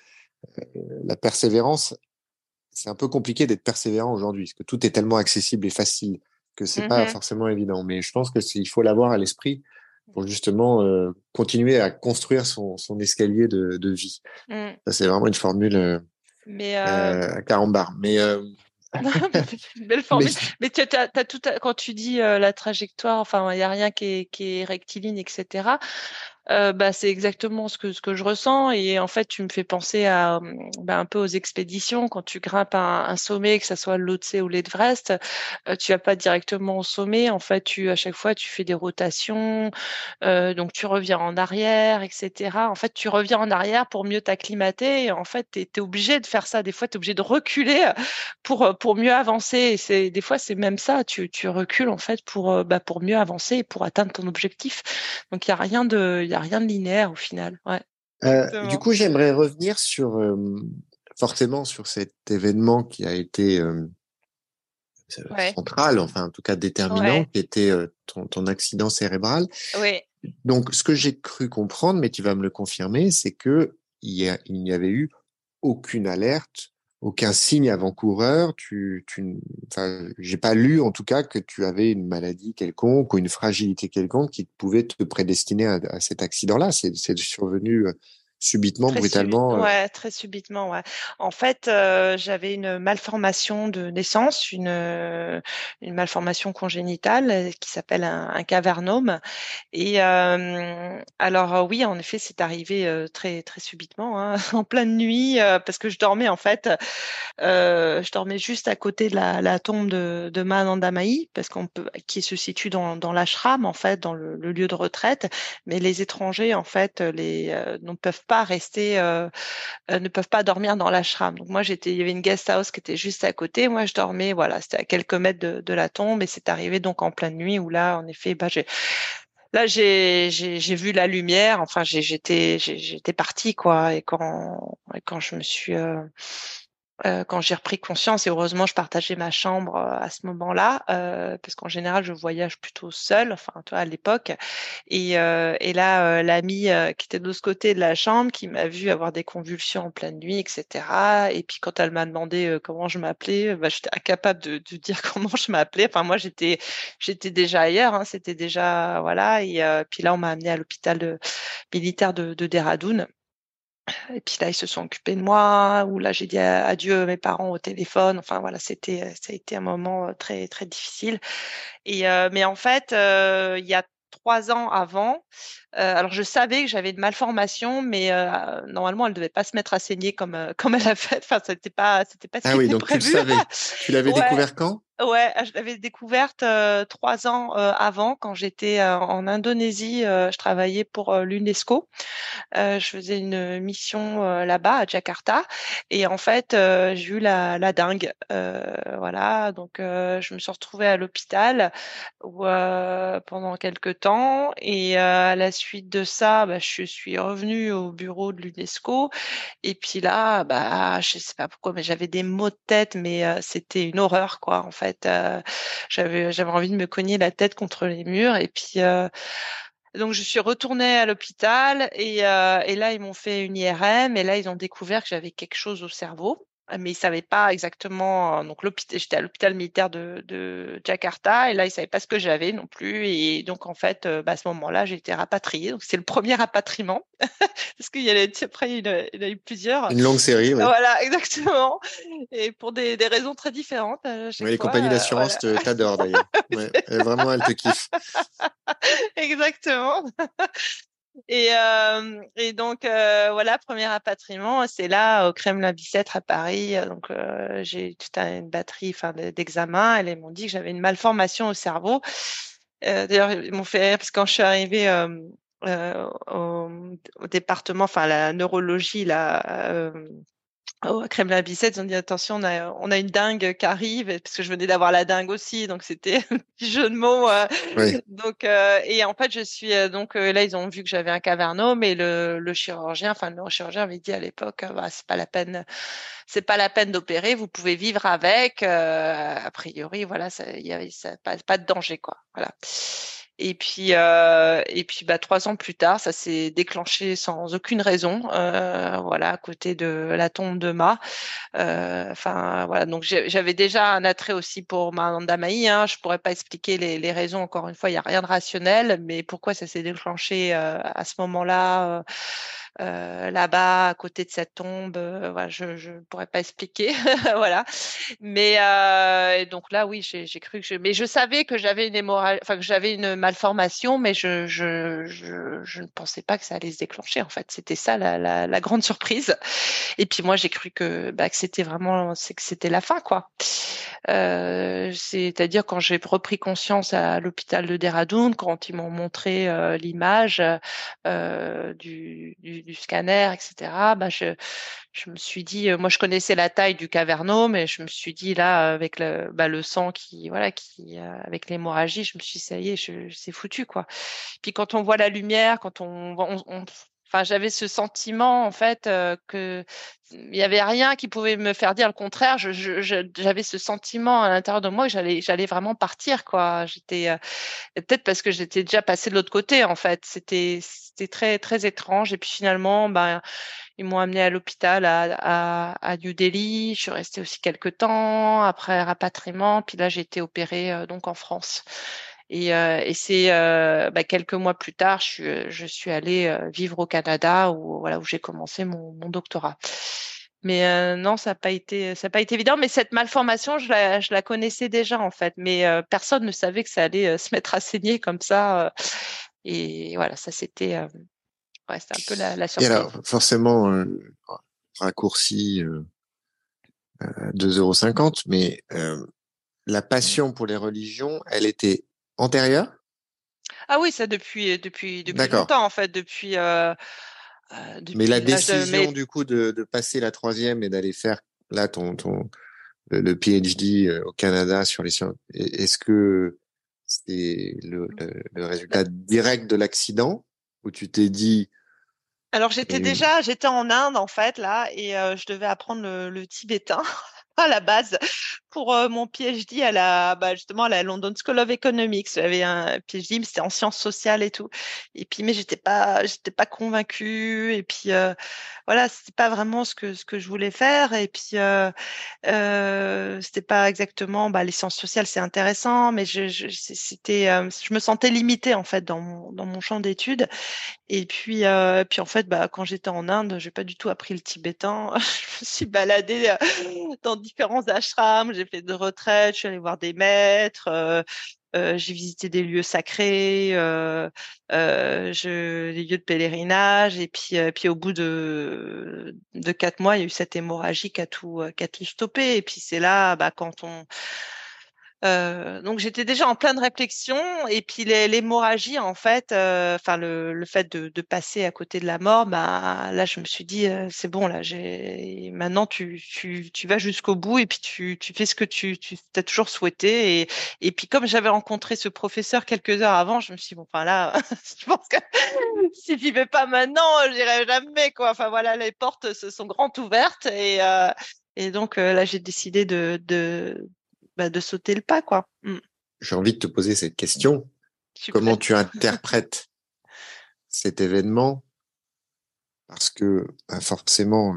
La persévérance, c'est un peu compliqué d'être persévérant aujourd'hui, parce que tout est tellement accessible et facile que c'est pas mhm, forcément évident. Mais je pense que c'est- il faut l'avoir à l'esprit pour justement euh, continuer à construire son, son escalier de, de vie. mm. Ça, c'est vraiment une formule euh, Mais euh, euh, à carambar. Mais, euh, c'est une belle mais formule. Mais tu as, t'as tout à- quand tu dis euh, la trajectoire, enfin, il n'y a rien qui est, qui est rectiligne, et cetera. Euh, bah, c'est exactement ce que, ce que je ressens. Et en fait, tu me fais penser à, euh, bah, un peu aux expéditions. Quand tu grimpes un, un sommet, que ce soit l'O T C ou l'Everest, euh, tu vas pas directement au sommet. En fait, tu, à chaque fois, tu fais des rotations. Euh, donc, tu reviens en arrière, et cetera. En fait, tu reviens en arrière pour mieux t'acclimater. Et en fait, tu es, obligé de faire ça. Des fois, tu es obligé de reculer euh, pour, euh, pour mieux avancer. Et c'est, des fois, c'est même ça. Tu, tu recules, en fait, pour, euh, bah, pour mieux avancer et pour atteindre ton objectif. Donc, il n'y a rien de, il y a rien de linéaire au final. Ouais, euh, du exactement. coup, j'aimerais revenir sur euh, forcément sur cet événement qui a été euh, Ouais, central, enfin en tout cas déterminant, ouais, qui était euh, ton, ton accident cérébral. ouais. Donc, ce que j'ai cru comprendre, mais tu vas me le confirmer, c'est que il y a, il n'y avait eu aucune alerte, aucun signe avant-coureur. Tu, tu, enfin, j'ai pas lu en tout cas que tu avais une maladie quelconque ou une fragilité quelconque qui pouvait te prédestiner à, à cet accident-là. C'est, c'est survenu euh, subitement, Très subi brutalement. euh, ouais, très subitement, ouais. En fait, heu, j'avais une malformation de naissance, une, heu, une malformation congénitale, heu, qui s'appelle un un cavernome et hem, alors, heu, oui, en effet, c'est arrivé, heu, très très subitement, hein, en pleine nuit, heu, parce que je dormais en fait, heu, je dormais juste à côté de la la tombe de de Ma Ananda Mahi, parce qu'on peut qui se situe dans dans l'ashram, en fait, dans le le lieu de retraite. Mais les étrangers, en fait, les, heu, ne peuvent pas rester, heu heu, ne peuvent pas dormir dans l'ashram. Donc moi, j'étais il y avait une guest house qui était juste à côté. Moi, je dormais, voilà, c'était à quelques mètres de de la tombe et c'est arrivé donc en pleine nuit où là, en effet, bah, j'ai là, j'ai j'ai j'ai vu la lumière. Enfin, j'ai j'étais j'ai j'étais partie, quoi. Et quand et quand je me suis, heu Heu, quand j'ai repris conscience et heureusement je partageais ma chambre, heu, à ce moment-là, heu, parce qu'en général je voyage plutôt seule, enfin, tu vois, à l'époque et heu et là, heu, l'amie, heu, qui était de l'autre côté de la chambre, qui m'a vue avoir des convulsions en pleine nuit et cetera et puis quand elle m'a demandé, heu, comment je m'appelais, heu, bah, j'étais incapable de de dire comment je m'appelais. Enfin moi j'étais j'étais déjà ailleurs, hein, c'était déjà voilà et heu, puis là on m'a amenée à l'hôpital de militaire de de Dehradun et puis là, ils se sont occupés de moi, où là, j'ai dit a adieu à mes parents au téléphone. Enfin voilà, c'était, heu, ça a été un moment, heu, très, très difficile et heu, mais en fait, heu, il y a trois ans avant, heu, alors je savais que j'avais une malformation, mais heu, normalement, elle devait pas se mettre à saigner comme, heu, comme elle a fait. Enfin, c'était pas c'était pas ce Ah qui oui, était donc tu le prévu. savais. Tu l'avais Ouais. découvert quand? Ouais, ah, je l'avais découverte, heu, trois ans, heu, avant quand j'étais, heu, en Indonésie, heu, je travaillais pour, heu, l'UNESCO. Heu, je faisais une mission, heu, là-bas à Jakarta et en fait, heu, j'ai eu la la dengue, heu, voilà donc heu, je me suis retrouvée à l'hôpital où, heu, pendant quelque temps et heu, à la suite de ça, bah, je suis revenue au bureau de l'UNESCO et puis là, bah, je sais pas pourquoi, mais j'avais des maux de tête, mais heu, c'était une horreur quoi en fait, heu, j'avais j'avais envie de me cogner la tête contre les murs et puis, heu donc je suis retournée à l'hôpital et heu et là, ils m'ont fait une I R M et là, ils ont découvert que j'avais quelque chose au cerveau, heu, mais ils savaient pas exactement, heu, donc l'hôpital j'étais à l'hôpital militaire de de Jakarta et là, ils savaient pas ce que j'avais non plus et donc en fait, heu, bah, à ce moment-là, j'ai été rapatriée. Donc c'est le premier rapatriement parce qu'il y en a tu après il y en a il y en a eu plusieurs. Une longue série, oui. Voilà, exactement et pour des des raisons très différentes à chaque Oui, les fois, compagnies heu, d'assurance voilà. te t'adorent d'ailleurs. Ouais, et vraiment, elles te kiffent. Exactement. Et, hem et donc heu, voilà, premier rapatriement, c'est là au Kremlin-Bicêtre à Paris, heu, donc heu, j'ai eu toute un une batterie, enfin de d'examens et là, ils m'ont dit que j'avais une malformation au cerveau. Heu, d'ailleurs, ils m'ont fait rire parce que quand je suis arrivée, hem, heu, au, mmh, au département, enfin à la neurologie là, hem Oh, à Kremlin-Bicêtre, ils ont dit: «Attention, on a on a une dingue qui arrive» et parce que je venais d'avoir la dingue aussi, donc c'était un petit jeu de mots, heu, Oui. donc heu et en fait, je suis, heu, donc heu, là, ils ont vu que j'avais un cavernome et le le chirurgien, enfin le neurochirurgien avait dit à l'époque: «Bah, c'est pas la peine c'est pas la peine d'opérer, vous pouvez vivre avec, heu, a priori, voilà, ça il y avait ça pas pas de danger, quoi». Voilà et puis, heu et puis, bah, trois ans plus tard, ça s'est déclenché sans aucune raison, heu, voilà, à côté de la tombe de Ma. Heu, enfin, voilà, donc j'ai j'avais déjà un attrait aussi pour Mananda Mai, hein. Je pourrais pas expliquer les les raisons, encore une fois, il y a rien de rationnel, mais pourquoi ça s'est déclenché, heu, à ce moment-là, heu heu, là-bas, à côté de cette tombe, heu, voilà, je je pourrais pas expliquer, voilà. Mais heu et donc là, oui, j'ai j'ai cru que je mais je savais que j'avais une hémorra enfin, que j'avais une malformation, mais je je je je ne pensais pas que ça allait se déclencher, en fait. C'était ça la la la grande surprise et puis moi, j'ai cru que, bah, que c'était vraiment c'est que c'était la fin, quoi. Heu, c'est-à-dire quand j'ai repris conscience à l'hôpital de Dehradun, quand ils m'ont montré, heu, l'image, heu, du du du scanner et cetera, bah, je je me suis dit, heu, moi je connaissais la taille du cavernome et je me suis dit là, avec le bah, le sang qui voilà qui, heu, avec l'hémorragie, je me suis dit: «Ça y est, je c'est foutu, quoi». Puis quand on voit la lumière, quand on on on enfin j'avais ce sentiment en fait, heu, que il y avait rien qui pouvait me faire dire le contraire. Je je je j'avais ce sentiment à l'intérieur de moi que j'allais j'allais vraiment partir, quoi. J'étais, heu et peut-être parce que j'étais déjà passée de l'autre côté, en fait. C'était c'était très, très étrange et puis finalement, ben, ils m'ont amenée à l'hôpital à à à New Delhi. Je suis restée aussi quelque temps. Après rapatriement, puis là, j'ai été opérée, heu, donc en France Et, euh, et c'est euh, bah, quelques mois plus tard, je suis, je suis allée euh, vivre au Canada où voilà où j'ai commencé mon, mon doctorat. Mais euh, non, ça n'a pas été ça a pas été évident. Mais cette malformation, je la, je la connaissais déjà en fait, mais euh, personne ne savait que ça allait euh, se mettre à saigner comme ça. euh, et voilà, ça c'était euh, ouais, c'était un peu la, la Et surprise. alors, forcément, euh, raccourci euh, à deux euros cinquante, mais euh, la passion pour les religions, elle était antérieure? Ah oui, ça depuis depuis depuis D'accord. longtemps en fait, depuis euh, euh, Mais la depuis l'âge de décision, mais du coup, de, de passer la troisième et d'aller faire là ton, ton le, le PhD euh, au Canada sur les sciences, est-ce que c'est le, le, le résultat direct de l'accident où tu t'es dit, alors j'étais et- déjà j'étais en Inde en fait là et euh, je devais apprendre le, le tibétain à la base pour euh, mon PhD à la bah, justement à la London School of Economics. J'avais un PhD mais c'était en sciences sociales et tout. Et puis mais j'étais pas j'étais pas convaincue et puis euh, voilà, c'était pas vraiment ce que ce que je voulais faire et puis euh, euh, c'était pas exactement bah, les sciences sociales c'est intéressant mais je, je c'était euh, je me sentais limitée en fait dans mon dans mon champ d'études. Et puis, euh, puis en fait, bah, quand j'étais en Inde, j'ai pas du tout appris le tibétain. Je me suis baladée euh, dans différents ashrams, j'ai fait de retraites, je suis allée voir des maîtres, euh, euh, j'ai visité des lieux sacrés, euh, euh, je, des lieux de pèlerinage. Et puis, euh, puis au bout de, de quatre mois, il y a eu cette hémorragie qui a tout, euh, qui a tout stoppé. Et puis c'est là, bah, quand on euh, donc j'étais déjà en pleine réflexion et puis les- l'hémorragie en fait, euh, enfin le, le fait de, de passer à côté de la mort, bah là je me suis dit euh, c'est bon là j'ai maintenant tu, tu, tu vas jusqu'au bout et puis tu, tu fais ce que tu, tu as toujours souhaité et, et puis comme j'avais rencontré ce professeur quelques heures avant, je me suis dit bon enfin là je pense que si j'y vais pas maintenant j'irai jamais quoi. Enfin voilà les portes se sont grandes ouvertes et euh, et donc euh, là j'ai décidé de, de bah, de sauter le pas, quoi. Mm. j'ai envie de te poser cette question, Je suis comment prête. tu interprètes cet événement? Parce que bah, forcément,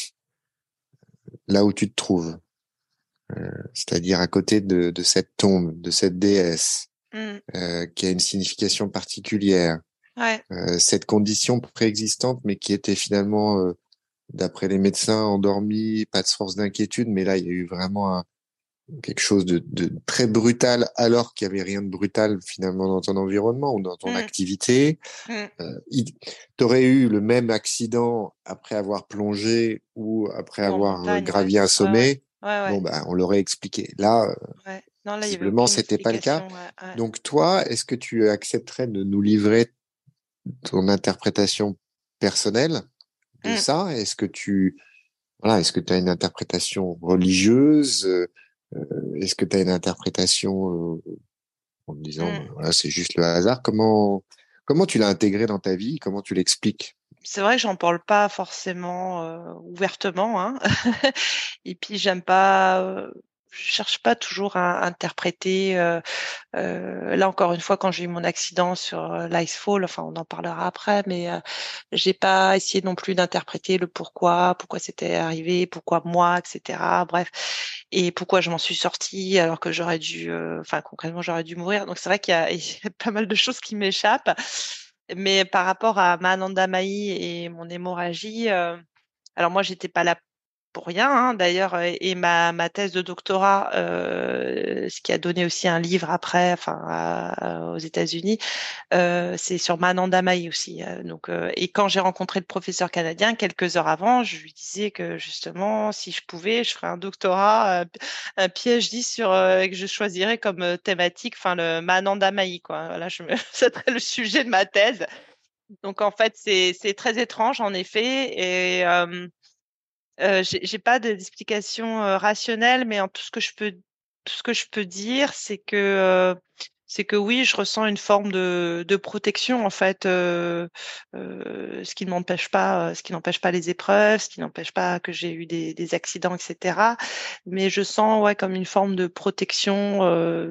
là où tu te trouves, euh, c'est-à-dire à côté de, de cette tombe, de cette déesse, Mm. euh, qui a une signification particulière, Ouais. euh, cette condition préexistante, mais qui était finalement, euh, d'après les médecins, endormie, pas de source d'inquiétude, mais là, il y a eu vraiment un, quelque chose de, de très brutal, alors qu'il y avait rien de brutal finalement dans ton environnement ou dans ton Mm. activité. Mm. Euh, tu aurais eu le même accident après avoir plongé ou après Ou en avoir euh, montagne, ouais. gravi un Ouais, ouais. sommet. Ouais, ouais. Bon, ben, on l'aurait expliqué. Là, euh, Ouais. Non, là, il y avait visiblement, aucune c'était pas le cas. explication. Ouais, ouais. Donc, toi, est-ce que tu accepterais de nous livrer ton interprétation personnelle de Mm. ça? Est-ce que tu, voilà, est-ce que tu as une interprétation religieuse? Euh, Est-ce que tu as une interprétation euh, en me disant, Mm. ben, voilà, c'est juste le hasard? Comment, comment tu l'as intégré dans ta vie? Comment tu l'expliques? C'est vrai que j'en parle pas forcément euh, ouvertement, hein. Et puis j'aime pas, euh, je cherche pas toujours à interpréter. euh, euh, là encore une fois, quand j'ai eu mon accident sur euh, l'Icefall, enfin on en parlera après, mais euh, j'ai pas essayé non plus d'interpréter le pourquoi, pourquoi c'était arrivé, pourquoi moi, et cetera. Bref, et pourquoi je m'en suis sortie alors que j'aurais dû, euh, enfin concrètement j'aurais dû mourir. Donc c'est vrai qu'il y a, il y a pas mal de choses qui m'échappent. Mais par rapport à Mananda Mai et mon hémorragie, euh, alors moi j'étais pas là pour rien, hein, d'ailleurs, euh, et ma, ma thèse de doctorat, euh, ce qui a donné aussi un livre après, enfin à- aux États-Unis, euh, c'est sur Mananda Mai aussi. euh, donc, euh, et quand j'ai rencontré le professeur canadien quelques heures avant, je lui disais que justement, si je pouvais, je ferais un doctorat, euh, un PhD sur euh, et que je choisirais comme euh, thématique, enfin le Mananda Mai, quoi. Voilà, je me, ça serait le sujet de ma thèse. Donc en fait, c'est c'est très étrange en effet, et euh, euh, j'ai j'ai pas de- d'explication euh, rationnelle, mais en tout ce que je peux tout ce que je peux dire, c'est que euh, c'est que oui, je ressens une forme de, de protection en fait, euh, euh, ce qui ne m'empêche pas, euh, ce qui n'empêche pas les épreuves, ce qui n'empêche pas que j'ai eu des, des accidents, et cetera. Mais je sens ouais comme une forme de protection, euh,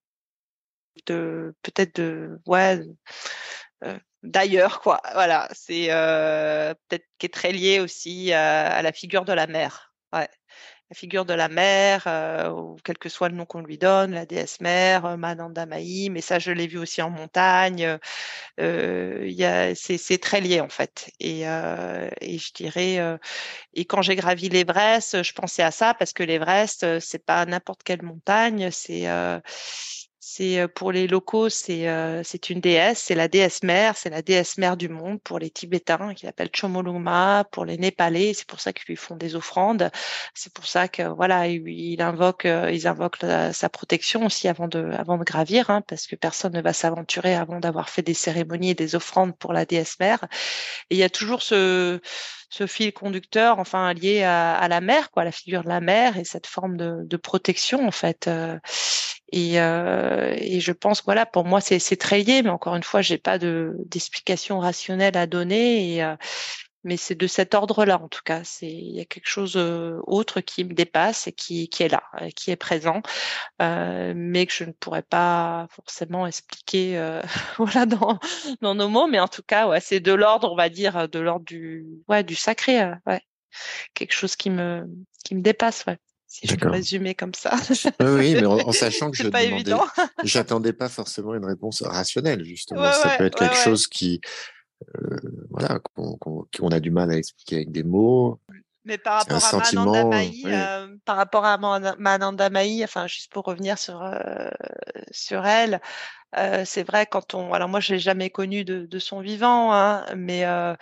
de peut-être de ouais euh, d'ailleurs quoi. Voilà, c'est euh, peut-être qui est très lié aussi à, à la figure de la mère. Ouais. la figure de la mer, euh, ou quel que soit le nom qu'on lui donne, la déesse mère, euh, Mananda Mahi, mais ça je l'ai vu aussi en montagne. Euh, il y a, c'est, c'est très lié en fait. Et, euh, et je dirais, euh, et quand j'ai gravi l'Everest, je pensais à ça parce que l'Everest, euh, c'est pas n'importe quelle montagne, c'est euh, c'est euh, pour les locaux, c'est euh, c'est une déesse, c'est la déesse mère, c'est la déesse mère du monde pour les Tibétains qui l'appellent Chomolungma, pour les Népalais, c'est pour ça qu'ils lui font des offrandes, c'est pour ça que voilà, il, il invoque, euh, ils invoquent la- sa protection aussi avant de avant de gravir, hein, parce que personne ne va s'aventurer avant d'avoir fait des cérémonies et des offrandes pour la déesse mère. Et il y a toujours ce ce fil conducteur, enfin lié à, à la mer, quoi, la figure de la mer et cette forme de, de protection en fait. Euh, et, euh, et je pense, voilà, pour moi c'est c'est très lié, mais encore une fois, j'ai pas de d'explication rationnelle à donner. Et, euh, mais c'est de cet ordre-là en tout cas. C'est il y a quelque chose euh, autre qui me dépasse et qui qui est là, euh, qui est présent, euh, mais que je ne pourrais pas forcément expliquer, euh, voilà, dans dans nos mots. Mais en tout cas, ouais, c'est de l'ordre, on va dire, de l'ordre du ouais du sacré, euh, ouais, quelque chose qui me qui me dépasse, ouais. Si je peux D'accord. résumer comme ça, Oui, oui, mais en, en sachant que je c'est pas demandais, évident. j'attendais pas forcément une réponse rationnelle, Ouais, justement. Ça peut ouais, être ouais, quelque ouais. chose qui, euh, voilà, qu'on qu'on qu'on a du mal à expliquer avec des mots. Mais par C'est un rapport à Mananda sentiment. Mahi, Oui. euh, par rapport à Man- Mananda Mahi, enfin juste pour revenir sur euh, sur elle, euh, c'est vrai quand on, alors moi je l'ai jamais connue de, de son vivant, hein, mais euh,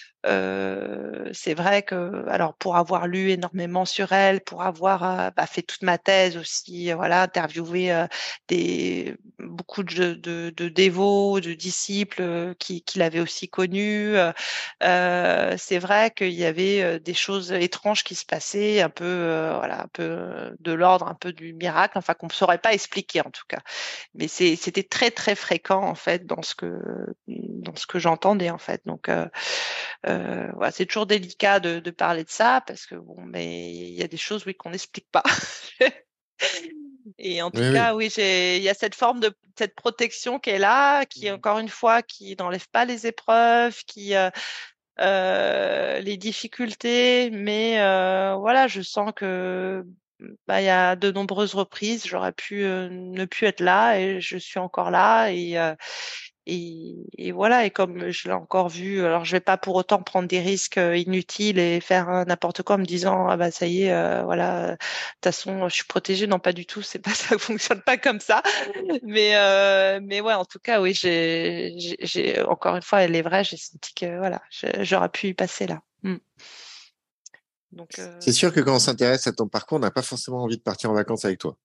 euh, c'est vrai que, alors pour avoir lu énormément sur elle, pour avoir euh, bah, fait toute ma thèse aussi, euh, voilà, interviewé euh, des beaucoup de, de, de dévots, de disciples euh, qui, qui l'avaient aussi connue, euh, euh, c'est vrai qu'il y avait euh, des choses étranges qui se passaient, un peu, euh, voilà, un peu euh, de l'ordre, un peu du miracle, enfin qu'on ne saurait pas expliquer en tout cas. Mais c'est, c'était très très fréquent en fait dans ce que dans ce que j'entendais en fait. Donc euh, euh, voilà, c'est toujours délicat de, de parler de ça parce que bon, mais il y a des choses oui qu'on n'explique pas. Et en tout Oui, cas, oui. oui, j'ai, il y a cette forme de cette protection qui est là, qui encore une fois, qui n'enlève pas les épreuves, qui euh, euh, les difficultés, mais euh, voilà, je sens que bah, il y a de nombreuses reprises, j'aurais pu euh, ne plus être là et je suis encore là et euh, et, et voilà, et comme je l'ai encore vu, alors je vais pas pour autant prendre des risques euh, inutiles et faire euh, n'importe quoi en me disant ah bah ça y est, euh, voilà, euh, de toute façon je suis protégée. Non, pas du tout, c'est pas ça fonctionne pas comme ça. Mais euh, mais ouais, en tout cas oui, j'ai j'ai j'ai- encore une fois, elle est vraie, j'ai senti que voilà, je- j'aurais pu y passer là. Mm. Donc euh... C'est sûr que quand on s'intéresse à ton parcours, on n'a pas forcément envie de partir en vacances avec toi.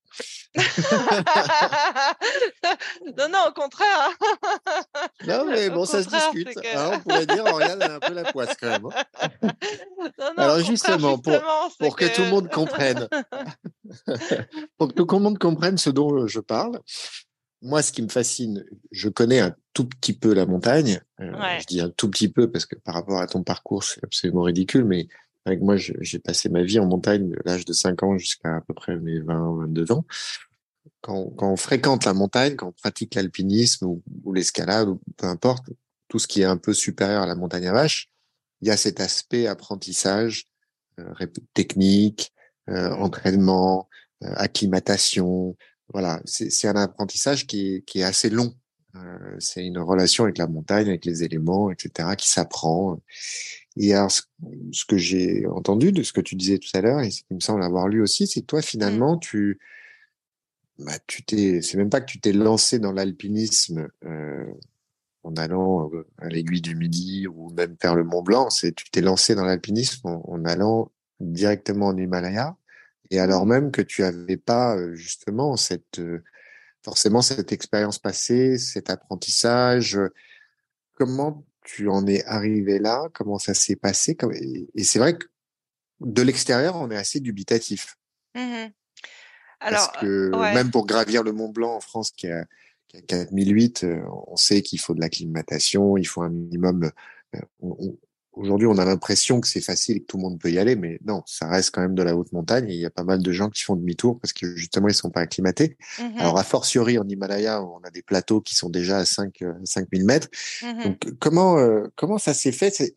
non non, au contraire, Non, mais au bon, ça se contraire, c'est discute. que Hein, on pourrait dire, Oriane a un peu la poisse quand même. Hein. non, non, au Alors contraire, justement, pour, justement, c'est pour que tout le que. monde comprenne, pour que tout le monde comprenne ce dont je parle, moi, ce qui me fascine, je connais un tout petit peu la montagne. Euh, Ouais. je dis un tout petit peu parce que par rapport à ton parcours, c'est absolument ridicule, mais avec moi, je- j'ai passé ma vie en montagne de l'âge de cinq ans jusqu'à à peu près mes vingt, vingt-deux ans. Quand, quand on fréquente la montagne, quand on pratique l'alpinisme ou, ou l'escalade, ou peu importe, tout ce qui est un peu supérieur à la montagne à vache, il y a cet aspect apprentissage, euh, rép- technique, euh, Mm. entraînement, euh, acclimatation. Voilà, c'est c'est un apprentissage qui est, qui est assez long. Euh, c'est une relation avec la montagne, avec les éléments, et cetera, qui s'apprend. Et alors, ce, ce que j'ai entendu de ce que tu disais tout à l'heure, et ce qui me semble avoir lu aussi, c'est que toi, Mm. finalement, tu, bah, tu t'es, c'est même pas que tu t'es lancé dans l'alpinisme euh, en allant euh, à l'aiguille du Midi ou même vers le Mont Blanc, c'est tu t'es lancé dans l'alpinisme en, en allant directement en Himalaya, et alors Mhm. même que tu avais pas euh, justement cette euh, forcément cette expérience passée, cet apprentissage. Comment tu en es arrivé là? Comment ça s'est passé? Comme- Et, et c'est vrai que de l'extérieur, on est assez dubitatif. Mhm. Parce Alors, euh, que ouais. même pour gravir le Mont Blanc en France, qui a, qui a quatre mille huit, euh, on sait qu'il faut de l'acclimatation, il faut un minimum. euh, on- on- Aujourd'hui, on a l'impression que c'est facile et que tout le monde peut y aller, mais non, ça reste quand même de la haute montagne. Et il y a pas mal de gens qui font demi-tour parce que justement, ils sont pas acclimatés. Mhm. Alors, a fortiori en Himalaya, on a des plateaux qui sont déjà à cinq, euh, cinq mille mètres. Mhm. Donc, comment, euh, comment ça s'est fait? C'est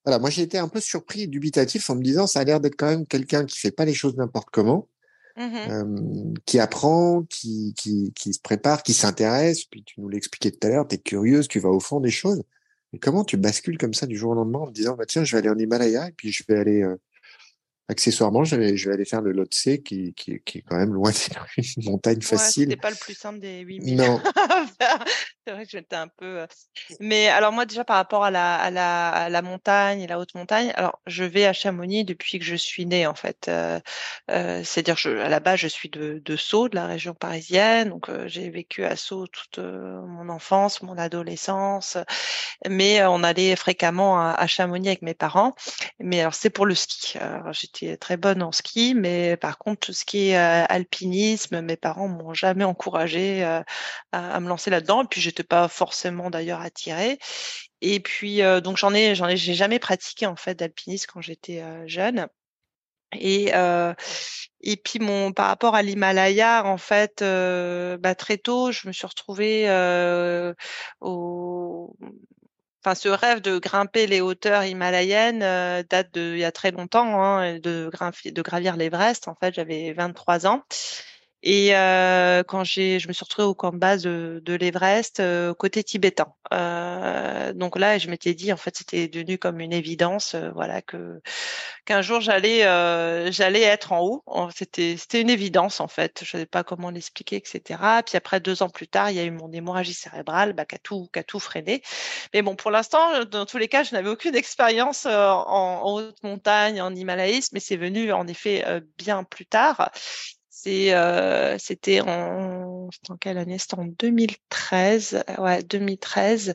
voilà, moi j'ai été un peu surpris et dubitatif en me disant ça a l'air d'être quand même quelqu'un qui fait pas les choses n'importe comment, Mhm. euh, qui apprend, qui, qui, qui se prépare, qui s'intéresse. Puis tu nous l'expliquais tout à l'heure, tu es curieuse, tu vas au fond des choses. Mais comment tu bascules comme ça du jour au lendemain en te disant bah tiens, je vais aller en Himalaya et puis je vais aller euh, accessoirement, je vais, je vais aller faire le Lhotse qui, qui, qui est quand même loin d'être une montagne Ouais, facile. c'était pas le plus simple des huit mille Non. à faire. C'est vrai que j'étais un peu. euh, Mais alors moi déjà par rapport à la, à la, à la montagne et la haute montagne, alors je vais à Chamonix depuis que je suis née en fait. Euh, euh, c'est-à-dire je, à la base je suis de, de Sceaux, de la région parisienne, donc euh, j'ai vécu à Sceaux toute euh, mon enfance, mon adolescence, mais euh, on allait fréquemment à, à Chamonix avec mes parents. Mais alors c'est pour le ski. Alors, j'étais très bonne en ski, mais par contre tout ce qui est euh, alpinisme, mes parents m'ont jamais encouragée euh, à, à me lancer là-dedans. Et puis j'étais pas forcément d'ailleurs attirée. Et puis euh, donc j'en ai, j'en ai, j'ai jamais pratiqué en fait d'alpinisme quand j'étais euh, jeune. Et euh, et puis mon par rapport à l'Himalaya, en fait, euh, bah, très tôt, je me suis retrouvée euh, au Enfin, ce rêve de grimper les hauteurs himalayennes euh, date de il y a très longtemps, hein, de, grimper- de gravir l'Everest. En fait, j'avais vingt-trois ans. Et euh, quand j'ai, je me suis retrouvée au camp de base de, de l'Everest, euh, côté tibétain. Euh, donc là, je m'étais dit, en fait, c'était devenu comme une évidence, euh, voilà, que qu'un jour j'allais, euh, j'allais être en haut. En- C'était, c'était une évidence en fait. Je savais pas comment l'expliquer, et cetera. Puis après, deux ans plus tard, il y a eu mon hémorragie cérébrale, bah, qui a tout, qui a tout freiné. Mais bon, pour l'instant, dans tous les cas, je n'avais aucune expérience euh, en, en haute montagne, en himalayisme, mais c'est venu en effet euh, bien plus tard. C'est, euh, c'était en, c'était en quelle année? C'était en deux mille treize. Ouais, deux mille treize.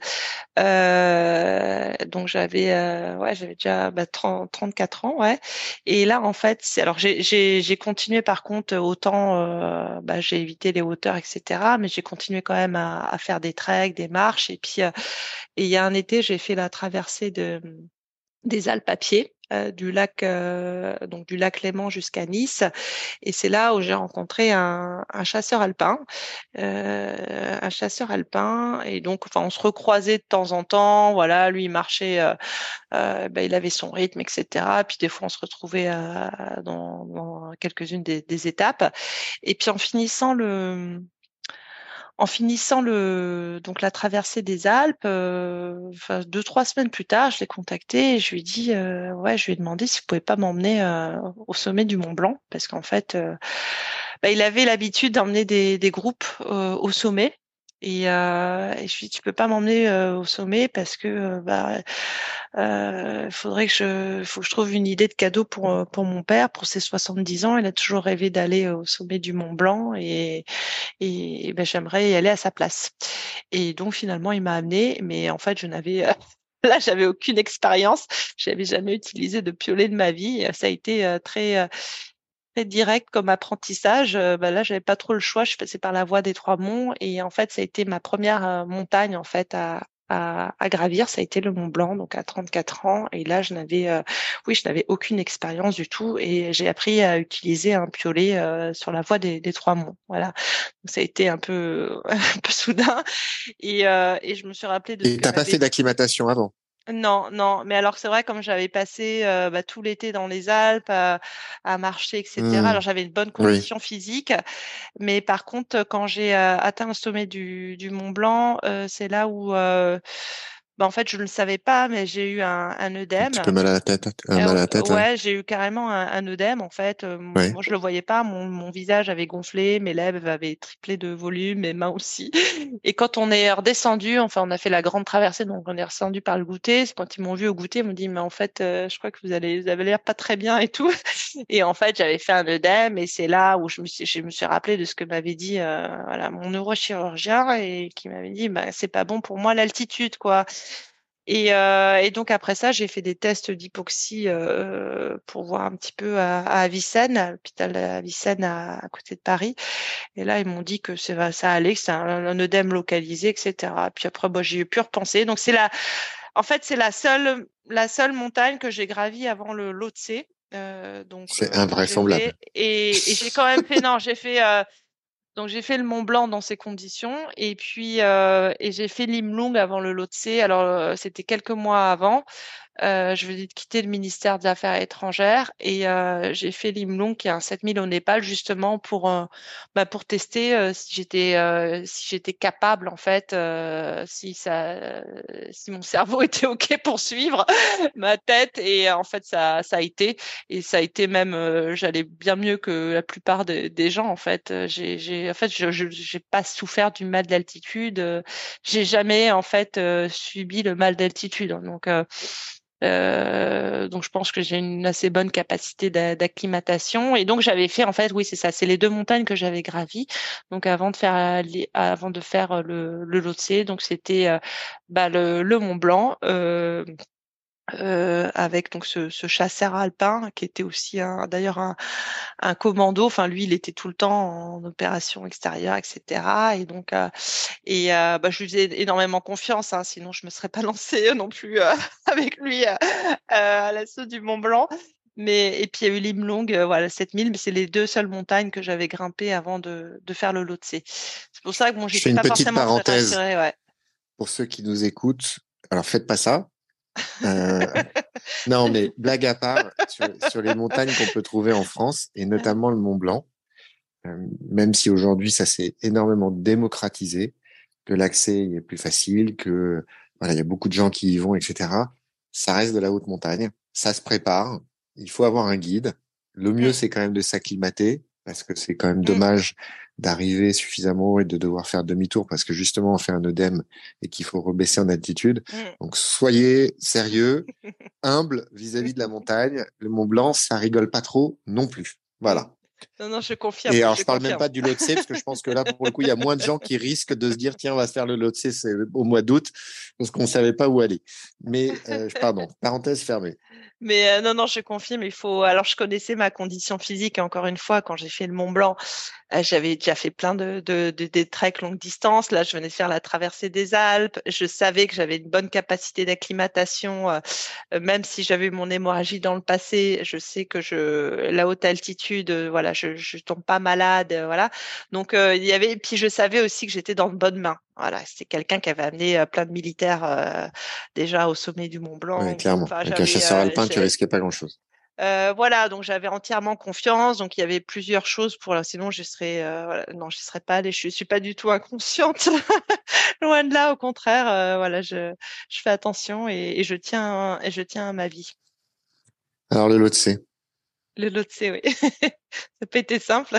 Euh, donc j'avais, euh, ouais, j'avais déjà bah, trente, trente-quatre ans, ouais. Et là, en fait, c'est, alors j'ai, j'ai, j'ai continué par contre autant, euh, bah, j'ai évité les hauteurs, et cetera. Mais j'ai continué quand même à, à faire des treks, des marches. Et puis, euh, et il y a un été, j'ai fait la traversée de des Alpes à pied, euh, du lac euh, donc du lac Léman jusqu'à Nice, et c'est là où j'ai rencontré un, un chasseur alpin, euh, un chasseur alpin, et donc enfin on se recroisait de temps en temps, voilà, lui il marchait, euh, euh, ben, il avait son rythme, et cetera. Puis des fois on se retrouvait euh, dans, dans quelques-unes des, des étapes, et puis en finissant le en finissant le, donc la traversée des Alpes, euh, enfin, deux, trois semaines plus tard, je l'ai contacté et je lui ai dit, euh, ouais, je lui ai demandé s'il pouvait pas m'emmener euh, au sommet du Mont Blanc, parce qu'en fait, euh, bah, il avait l'habitude d'emmener des, des groupes euh, au sommet. Et, euh, et je lui ai dit, tu peux pas m'emmener euh, au sommet parce que euh, bah, euh, faudrait que je, faut que je trouve une idée de cadeau pour euh, pour mon père pour ses soixante-dix ans. Il a toujours rêvé d'aller au sommet du Mont Blanc et et, et ben, j'aimerais y aller à sa place. Et donc finalement, il m'a amené, mais en fait, je n'avais là, j'avais aucune expérience. J'avais jamais utilisé de piolet de ma vie. Ça a été euh, très euh, très direct comme apprentissage. Euh, ben là, j'avais pas trop le choix. Je suis passée par la voie des Trois Monts et en fait, ça a été ma première euh, montagne en fait à à, à gravir, ça a été le Mont Blanc, donc à trente-quatre ans. Et là, je n'avais, euh, oui, je n'avais aucune expérience du tout, et j'ai appris à utiliser un piolet euh, sur la voie des, des Trois Monts. Voilà, donc, ça a été un peu, un peu soudain, et, euh, et je me suis rappelé de ce Et que t'as pas m'avait fait dit. d'acclimatation avant. Non, non, mais alors c'est vrai, comme j'avais passé euh, bah, tout l'été dans les Alpes à, à marcher, et cetera. Hmm, Alors j'avais une bonne oui. condition physique, mais par contre, quand j'ai euh, atteint le sommet du, du Mont Blanc, euh, c'est là où, euh, bah, en fait, je ne le savais pas, mais j'ai eu un, un Un petit œdème. peu mal à la tête. Un mal Euh, à la tête, ouais. ouais, j'ai eu carrément un, un œdème en fait. Euh, Ouais. moi, je le voyais pas. Mon, mon visage avait gonflé, mes lèvres avaient triplé de volume, mes mains aussi. Et quand on est redescendu, enfin, on a fait la grande traversée, donc on est redescendu par le goûter. C'est quand ils m'ont vu au goûter, ils m'ont dit, mais en fait, euh, je crois que vous allez, vous avez l'air pas très bien et tout. Et en fait, j'avais fait un œdème, et c'est là où je me suis, je me suis rappelé de ce que m'avait dit, euh, voilà, mon neurochirurgien, et qui m'avait dit, bah, c'est pas bon pour moi l'altitude, quoi. Et, euh, et donc après ça, j'ai fait des tests d'hypoxie euh, pour voir un petit peu à, à Avicenne, à l'hôpital d'Avicenne à, à côté de Paris. Et là, ils m'ont dit que c'est, ça allait, que c'est un, un œdème localisé, et cetera. Puis après, bah, j'y ai pu repenser. Donc c'est la, en fait, c'est la seule, la seule montagne que j'ai gravie avant le Lhotse. Euh, donc C'est euh, que j'ai invraisemblable. fait, et, et j'ai quand même fait, non, j'ai fait euh, donc j'ai fait le Mont Blanc dans ces conditions, et puis euh, et j'ai fait l'Imlung avant le Lhotse. Alors euh, c'était quelques mois avant. Euh, je venais de quitter le ministère des Affaires étrangères et euh, j'ai fait l'Im Long, qui est un sept mille au Népal, justement pour euh, bah, pour tester euh, si j'étais euh, si j'étais capable en fait, euh, si ça si mon cerveau était OK pour suivre ma tête. Et en fait ça ça a été et ça a été même euh, j'allais bien mieux que la plupart de- des gens en fait. Euh, J'ai j'ai en fait je je- j'ai pas souffert du mal d'altitude. Euh, J'ai jamais en fait euh, subi le mal d'altitude. Donc euh, euh, donc je pense que j'ai une assez bonne capacité d'a- d'acclimatation. Et donc j'avais fait en fait, oui c'est ça, c'est les deux montagnes que j'avais gravies. Donc avant de faire les- avant de faire le le Lhotse, donc c'était euh, bah, le, le Mont Blanc. Euh, euh, avec donc ce, ce chasseur alpin qui était aussi un, d'ailleurs un, un commando. Enfin, lui, il était tout le temps en opération extérieure, et cetera. Et donc, euh, et euh, bah, je lui faisais énormément confiance, hein, sinon je me serais pas lancée non plus euh, avec lui euh, euh, à l'assaut du Mont Blanc. Mais et puis il y a eu l'Im Long, euh, voilà, sept mille, mais c'est les deux seules montagnes que j'avais grimpées avant de, de faire le Lhotse. C'est pour ça que bon, Je fais j'étais une pas petite forcément très parenthèse rassurée, ouais. pour ceux qui nous écoutent. Alors, faites pas ça. Euh, non, mais blague à part, sur, sur les montagnes qu'on peut trouver en France, et notamment le Mont Blanc, euh, même si aujourd'hui ça s'est énormément démocratisé, que l'accès est plus facile, que voilà, il y a beaucoup de gens qui y vont, et cetera. Ça reste de la haute montagne, ça se prépare, il faut avoir un guide. Le mieux, Mm, c'est quand même de s'acclimater, parce que c'est quand même mm, dommage d'arriver suffisamment haut et de devoir faire demi-tour, parce que justement, on fait un œdème et qu'il faut rebaisser en altitude. mm. Donc, soyez sérieux, humble vis-à-vis de la montagne. Le Mont Blanc, ça rigole pas trop non plus. Mm. Voilà. Non, non, je confirme, Et alors, je je parle même confirme. pas du Lhotse, parce que je pense que là, pour le coup, il y a moins de gens qui risquent de se dire, tiens, on va se faire le Lhotse c'est au mois d'août, parce qu'on savait pas où aller. Mais, euh, pardon, parenthèse fermée. Mais euh, non, non, je confirme, il faut. Alors, je connaissais ma condition physique, encore une fois, quand j'ai fait le Mont Blanc. Euh, J'avais déjà fait plein de, de, de, des treks longue distance. Là, je venais de faire la traversée des Alpes. Je savais que j'avais une bonne capacité d'acclimatation, euh, euh, même si j'avais eu mon hémorragie dans le passé. Je sais que je, la haute altitude, euh, voilà, je, je tombe pas malade, euh, voilà. Donc, euh, il y avait. Et puis, je savais aussi que j'étais dans de bonnes mains. Voilà, c'est quelqu'un qui avait amené euh, plein de militaires euh, déjà au sommet du Mont Ouais, Blanc. clairement. Enfin, Avec un j'avais, chasseur euh, alpin, tu risquais pas grand-chose. euh, voilà, donc j'avais entièrement confiance. Donc il y avait plusieurs choses pour. Sinon, je serais, euh, voilà, non, je serais pas allée. Je suis pas du tout inconsciente, loin de là. Au contraire, euh, voilà, je, je fais attention et, et je tiens, et je tiens à ma vie. Alors, le Lhotse. Le Lhotse, oui, ça n'a pas été simple.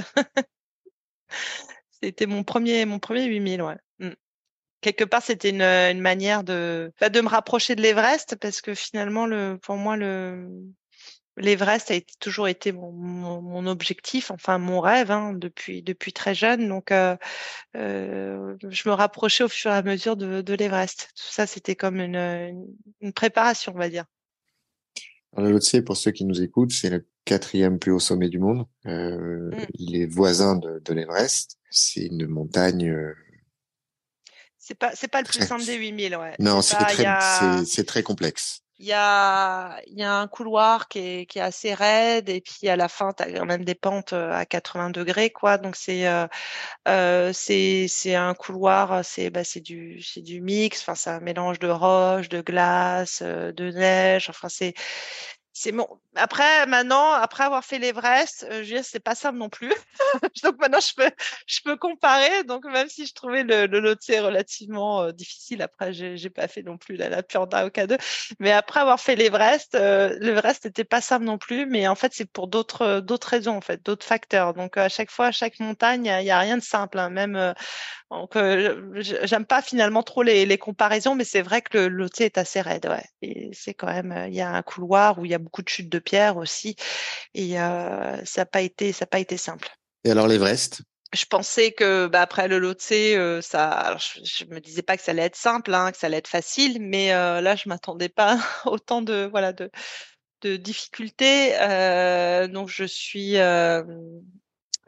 C'était mon premier, mon premier huit mille, ouais. Mm. Quelque part, c'était une, une manière de, bah, de me rapprocher de l'Everest parce que finalement, le, pour moi, le l'Everest a été- toujours été mon, mon, mon objectif, enfin mon rêve, hein, depuis, depuis très jeune. Donc, euh, euh, je me rapprochais au fur et à mesure de, de l'Everest. Tout ça, c'était comme une, une, une préparation, on va dire. Alors, le Lhotse, pour ceux qui nous écoutent, c'est le quatrième plus haut sommet du monde. Euh, Mm. il est voisin de, de l'Everest. C'est une montagne euh, C'est pas, c'est pas le plus très... simple des huit mille, ouais. Non, C'est c'est pas, il y très, c'est, a, c'est très complexe. il y a, il y a un couloir qui est, qui est assez raide et puis à la fin, tu as quand même des pentes euh, à quatre-vingts degrés, quoi. Donc, c'est, euh, Euh, c'est c'est un couloir, c'est bah, c'est du c'est du mix, enfin c'est un mélange de roche, de glace, euh, de neige, enfin c'est c'est bon. Après maintenant, après avoir fait l'Everest, euh, je veux dire c'est pas simple non plus. Donc maintenant je peux je peux comparer. Donc même si je trouvais le le Lhotse relativement euh, difficile, après j'ai j'ai pas fait non plus la, la Purna au K deux, mais après avoir fait l'Everest, euh, l'Everest n'était pas simple non plus. Mais en fait c'est pour d'autres d'autres raisons en fait, d'autres facteurs. Donc à chaque fois, à chaque montagne, il y a, il y a rien de simple, hein. Même euh, donc euh, j- j'aime pas finalement trop les, les comparaisons, mais c'est vrai que le l'O T est assez raide, ouais. Et c'est quand même, euh, il y a un couloir où il y a beaucoup de chutes de pierre aussi, et euh, ça n'a pas été, ça a pas été simple. Et alors, l'Everest? Je pensais que bah, après le Lhotse, euh, ça, alors, je, je me disais pas que ça allait être simple, hein, que ça allait être facile, mais euh, là je m'attendais pas autant de voilà de de difficultés. Euh, donc je suis euh,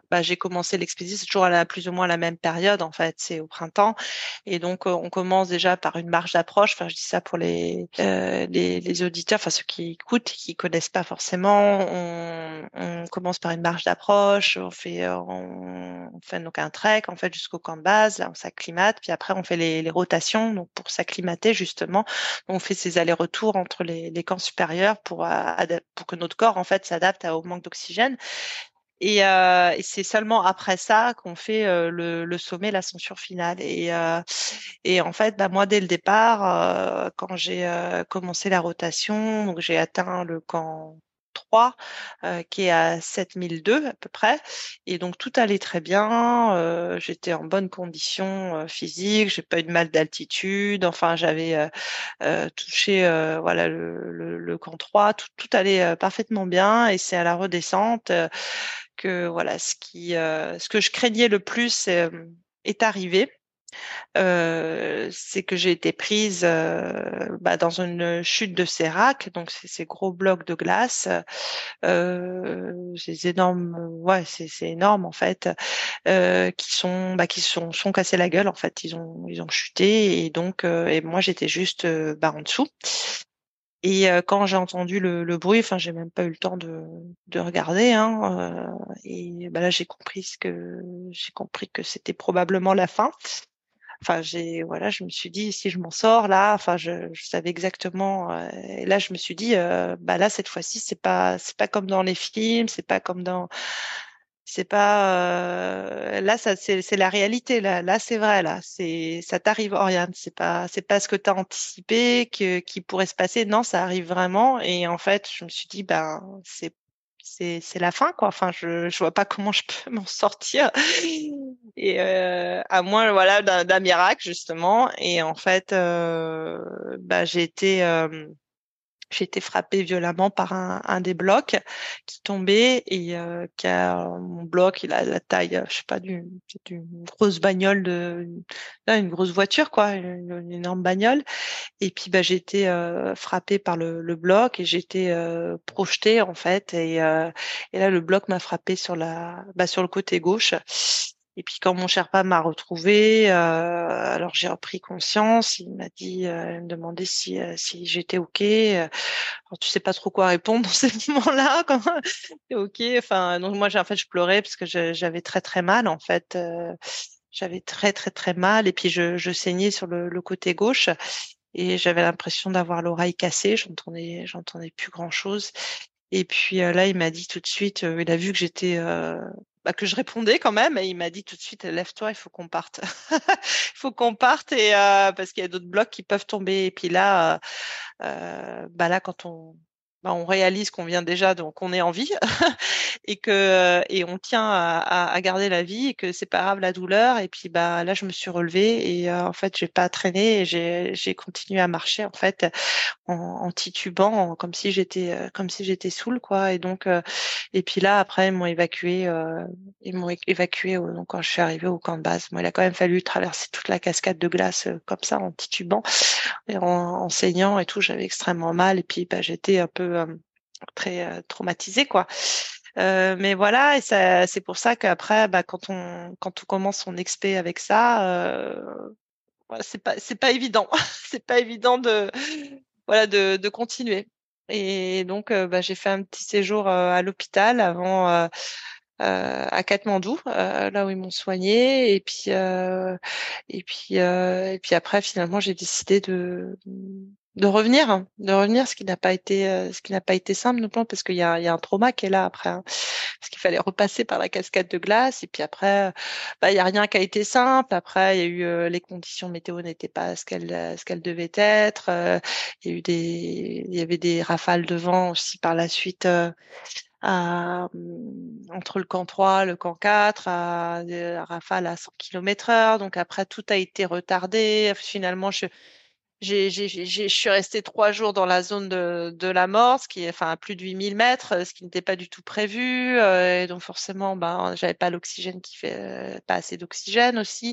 bah, j'ai commencé l'expédition, c'est toujours à la, plus ou moins à la même période, en fait, c'est au printemps. Et donc, euh, on commence déjà par une marche d'approche. Enfin, je dis ça pour les, euh, les, les auditeurs, enfin, ceux qui écoutent, qui connaissent pas forcément. On, on commence par une marche d'approche. On fait, euh, on, on fait donc un trek, en fait, jusqu'au camp de base. Là, on s'acclimate. Puis après, on fait les, les rotations. Donc, pour s'acclimater, justement, on fait ces allers-retours entre les, les camps supérieurs pour, euh, pour que notre corps, en fait, s'adapte au manque d'oxygène. Et, euh, et c'est seulement après ça qu'on fait euh, le, le sommet, l'ascension finale. Et, euh, et en fait, bah, moi, dès le départ, euh, quand j'ai euh, commencé la rotation, donc j'ai atteint le camp trois, euh, qui est à sept mille deux à peu près. Et donc, tout allait très bien. Euh, j'étais en bonne condition euh, physique. J'ai pas eu de mal d'altitude. Enfin, j'avais euh, euh, touché euh, voilà, le, le, le camp trois. Tout, tout allait euh, parfaitement bien. Et c'est à la redescente euh, que voilà, ce qui, euh, ce que je craignais le plus euh, est arrivé. Euh, c'est que j'ai été prise euh, bah, dans une chute de sérac, donc c'est ces gros blocs de glace, euh, ces énormes, ouais, c'est c'est énorme en fait, euh, qui sont, bah, qui sont, sont cassés la gueule en fait, ils ont, ils ont chuté et donc, euh, et moi j'étais juste euh, bah, en dessous. Et euh, quand j'ai entendu le, le bruit, enfin, j'ai même pas eu le temps de, de regarder, hein, euh, et bah là, j'ai compris ce que j'ai compris que c'était probablement la fin. Enfin, j'ai voilà, je me suis dit si je m'en sors là, enfin, je, je savais exactement. Euh, et là, je me suis dit, euh, bah là, cette fois-ci, c'est pas c'est pas comme dans les films, c'est pas comme dans c'est pas euh, là ça c'est c'est la réalité là là c'est vrai là c'est ça t'arrive Oriane c'est pas c'est pas ce que t'as anticipé que qui pourrait se passer non ça arrive vraiment et en fait je me suis dit ben c'est c'est c'est la fin quoi enfin je je vois pas comment je peux m'en sortir et euh, à moins voilà d'un d'un miracle justement et en fait euh, bah j'ai été euh, j'ai été frappée violemment par un, un des blocs qui tombait et euh, qui a mon bloc, il a la taille, euh, je sais pas, d'une d'une grosse bagnole de, une, une grosse voiture quoi, une, une énorme bagnole. Et puis bah j'ai été euh, frappée par le, le bloc et j'ai été euh, projetée en fait et, euh, et là le bloc m'a frappée sur la, bah, sur le côté gauche. Et puis quand mon Sherpa m'a retrouvée, euh, alors j'ai repris conscience. Il m'a dit, euh, il me demandait si euh, si j'étais ok. Alors tu sais pas trop quoi répondre dans ces moments-là. Quand t'es ok. Enfin donc moi j'ai en fait je pleurais parce que je- j'avais très très mal en fait. Euh, j'avais très très très mal et puis je, je saignais sur le, le côté gauche et j'avais l'impression d'avoir l'oreille cassée. J'entendais j'entendais plus grand-chose. Et puis euh, là, il m'a dit tout de suite, euh, il a vu que j'étais, euh, bah, que je répondais quand même, et il m'a dit tout de suite, lève-toi, il faut qu'on parte. Il faut qu'on parte et euh, parce qu'il y a d'autres blocs qui peuvent tomber. Et puis là, euh, euh, bah là, quand on, bah, on réalise qu'on vient déjà, donc on est en vie et que et on tient à, à, à garder la vie et que c'est pas grave la douleur. Et puis bah là, je me suis relevée et euh, en fait, j'ai pas traîné et j'ai j'ai continué à marcher en fait en, en titubant, en- comme si j'étais euh, comme si j'étais saoule quoi. Et donc euh, et puis là après ils m'ont évacué euh, ils m'ont é- évacué au- donc quand je suis arrivée au camp de base. Moi, il a quand même fallu traverser toute la cascade de glace euh, comme ça en titubant et en, en saignant et tout. J'avais extrêmement mal et puis bah, j'étais un peu euh, très euh, traumatisée quoi. Euh, mais voilà, et ça, c'est pour ça qu'après, bah, quand on quand on commence son expé avec ça, euh, voilà, c'est pas c'est pas évident. C'est pas évident de voilà de, de continuer. Et donc euh, bah, j'ai fait un petit séjour euh, à l'hôpital avant euh, euh, à Katmandou, euh, là où ils m'ont soigné. Et puis euh, et puis euh, et puis après finalement j'ai décidé de de revenir, de revenir, ce qui n'a pas été euh, ce qui n'a pas été simple non plus parce qu'il y a il y a un trauma qui est là après, hein. Parce qu'il fallait repasser par la cascade de glace et puis après bah, il y a rien qui a été simple. Après, il y a eu euh, les conditions météo n'étaient pas ce qu'elles euh, ce qu'elles devaient être. Euh, il y a eu des il y avait des rafales de vent aussi par la suite euh, à, hum, entre le camp trois, le camp quatre, à des rafales à cent kilomètres heure. Donc après, tout a été retardé. Finalement, je j'ai, j'ai, j'ai, j'ai- je suis restée trois jours dans la zone de, de la mort, ce qui est, enfin, à plus de huit mille mètres, euh, ce qui n'était pas du tout prévu. Euh, et donc, forcément, ben, j'avais pas l'oxygène qui fait, euh, pas assez d'oxygène aussi.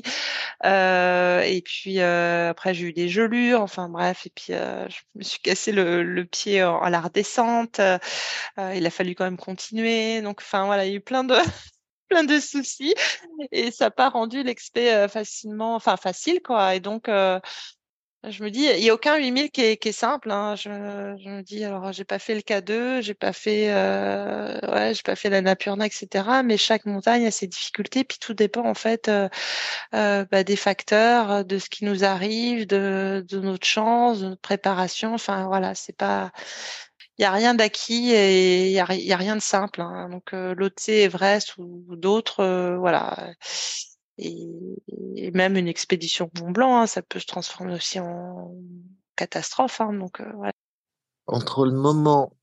Euh, et puis, euh, après, j'ai eu des gelures, enfin, bref. Et puis, euh, je me suis cassé le, le pied en- à la redescente. Euh, il a fallu quand même continuer. Donc, enfin, voilà, il y a eu plein de, plein de soucis et ça n'a pas rendu l'expé euh, facilement, enfin facile quoi. Et donc euh, je me dis, il n'y a aucun huit mille qui est, qui est simple. Hein. Je, je me dis, alors, j'ai pas fait le K deux, j'ai pas fait, euh, ouais, j'ai pas fait la Napurna, et cetera. Mais chaque montagne a ses difficultés. Puis tout dépend, en fait, euh, euh, bah, des facteurs, de ce qui nous arrive, de, de notre chance, de notre préparation. Enfin, voilà, c'est pas, il y a rien d'acquis et il y a, ri- il y a rien de simple. Hein. Donc, euh, l'O T C, Everest ou, ou d'autres, euh, voilà. Et, et même une expédition Mont Blanc, hein, ça peut se transformer aussi en catastrophe. Hein, donc, euh, ouais. Entre le moment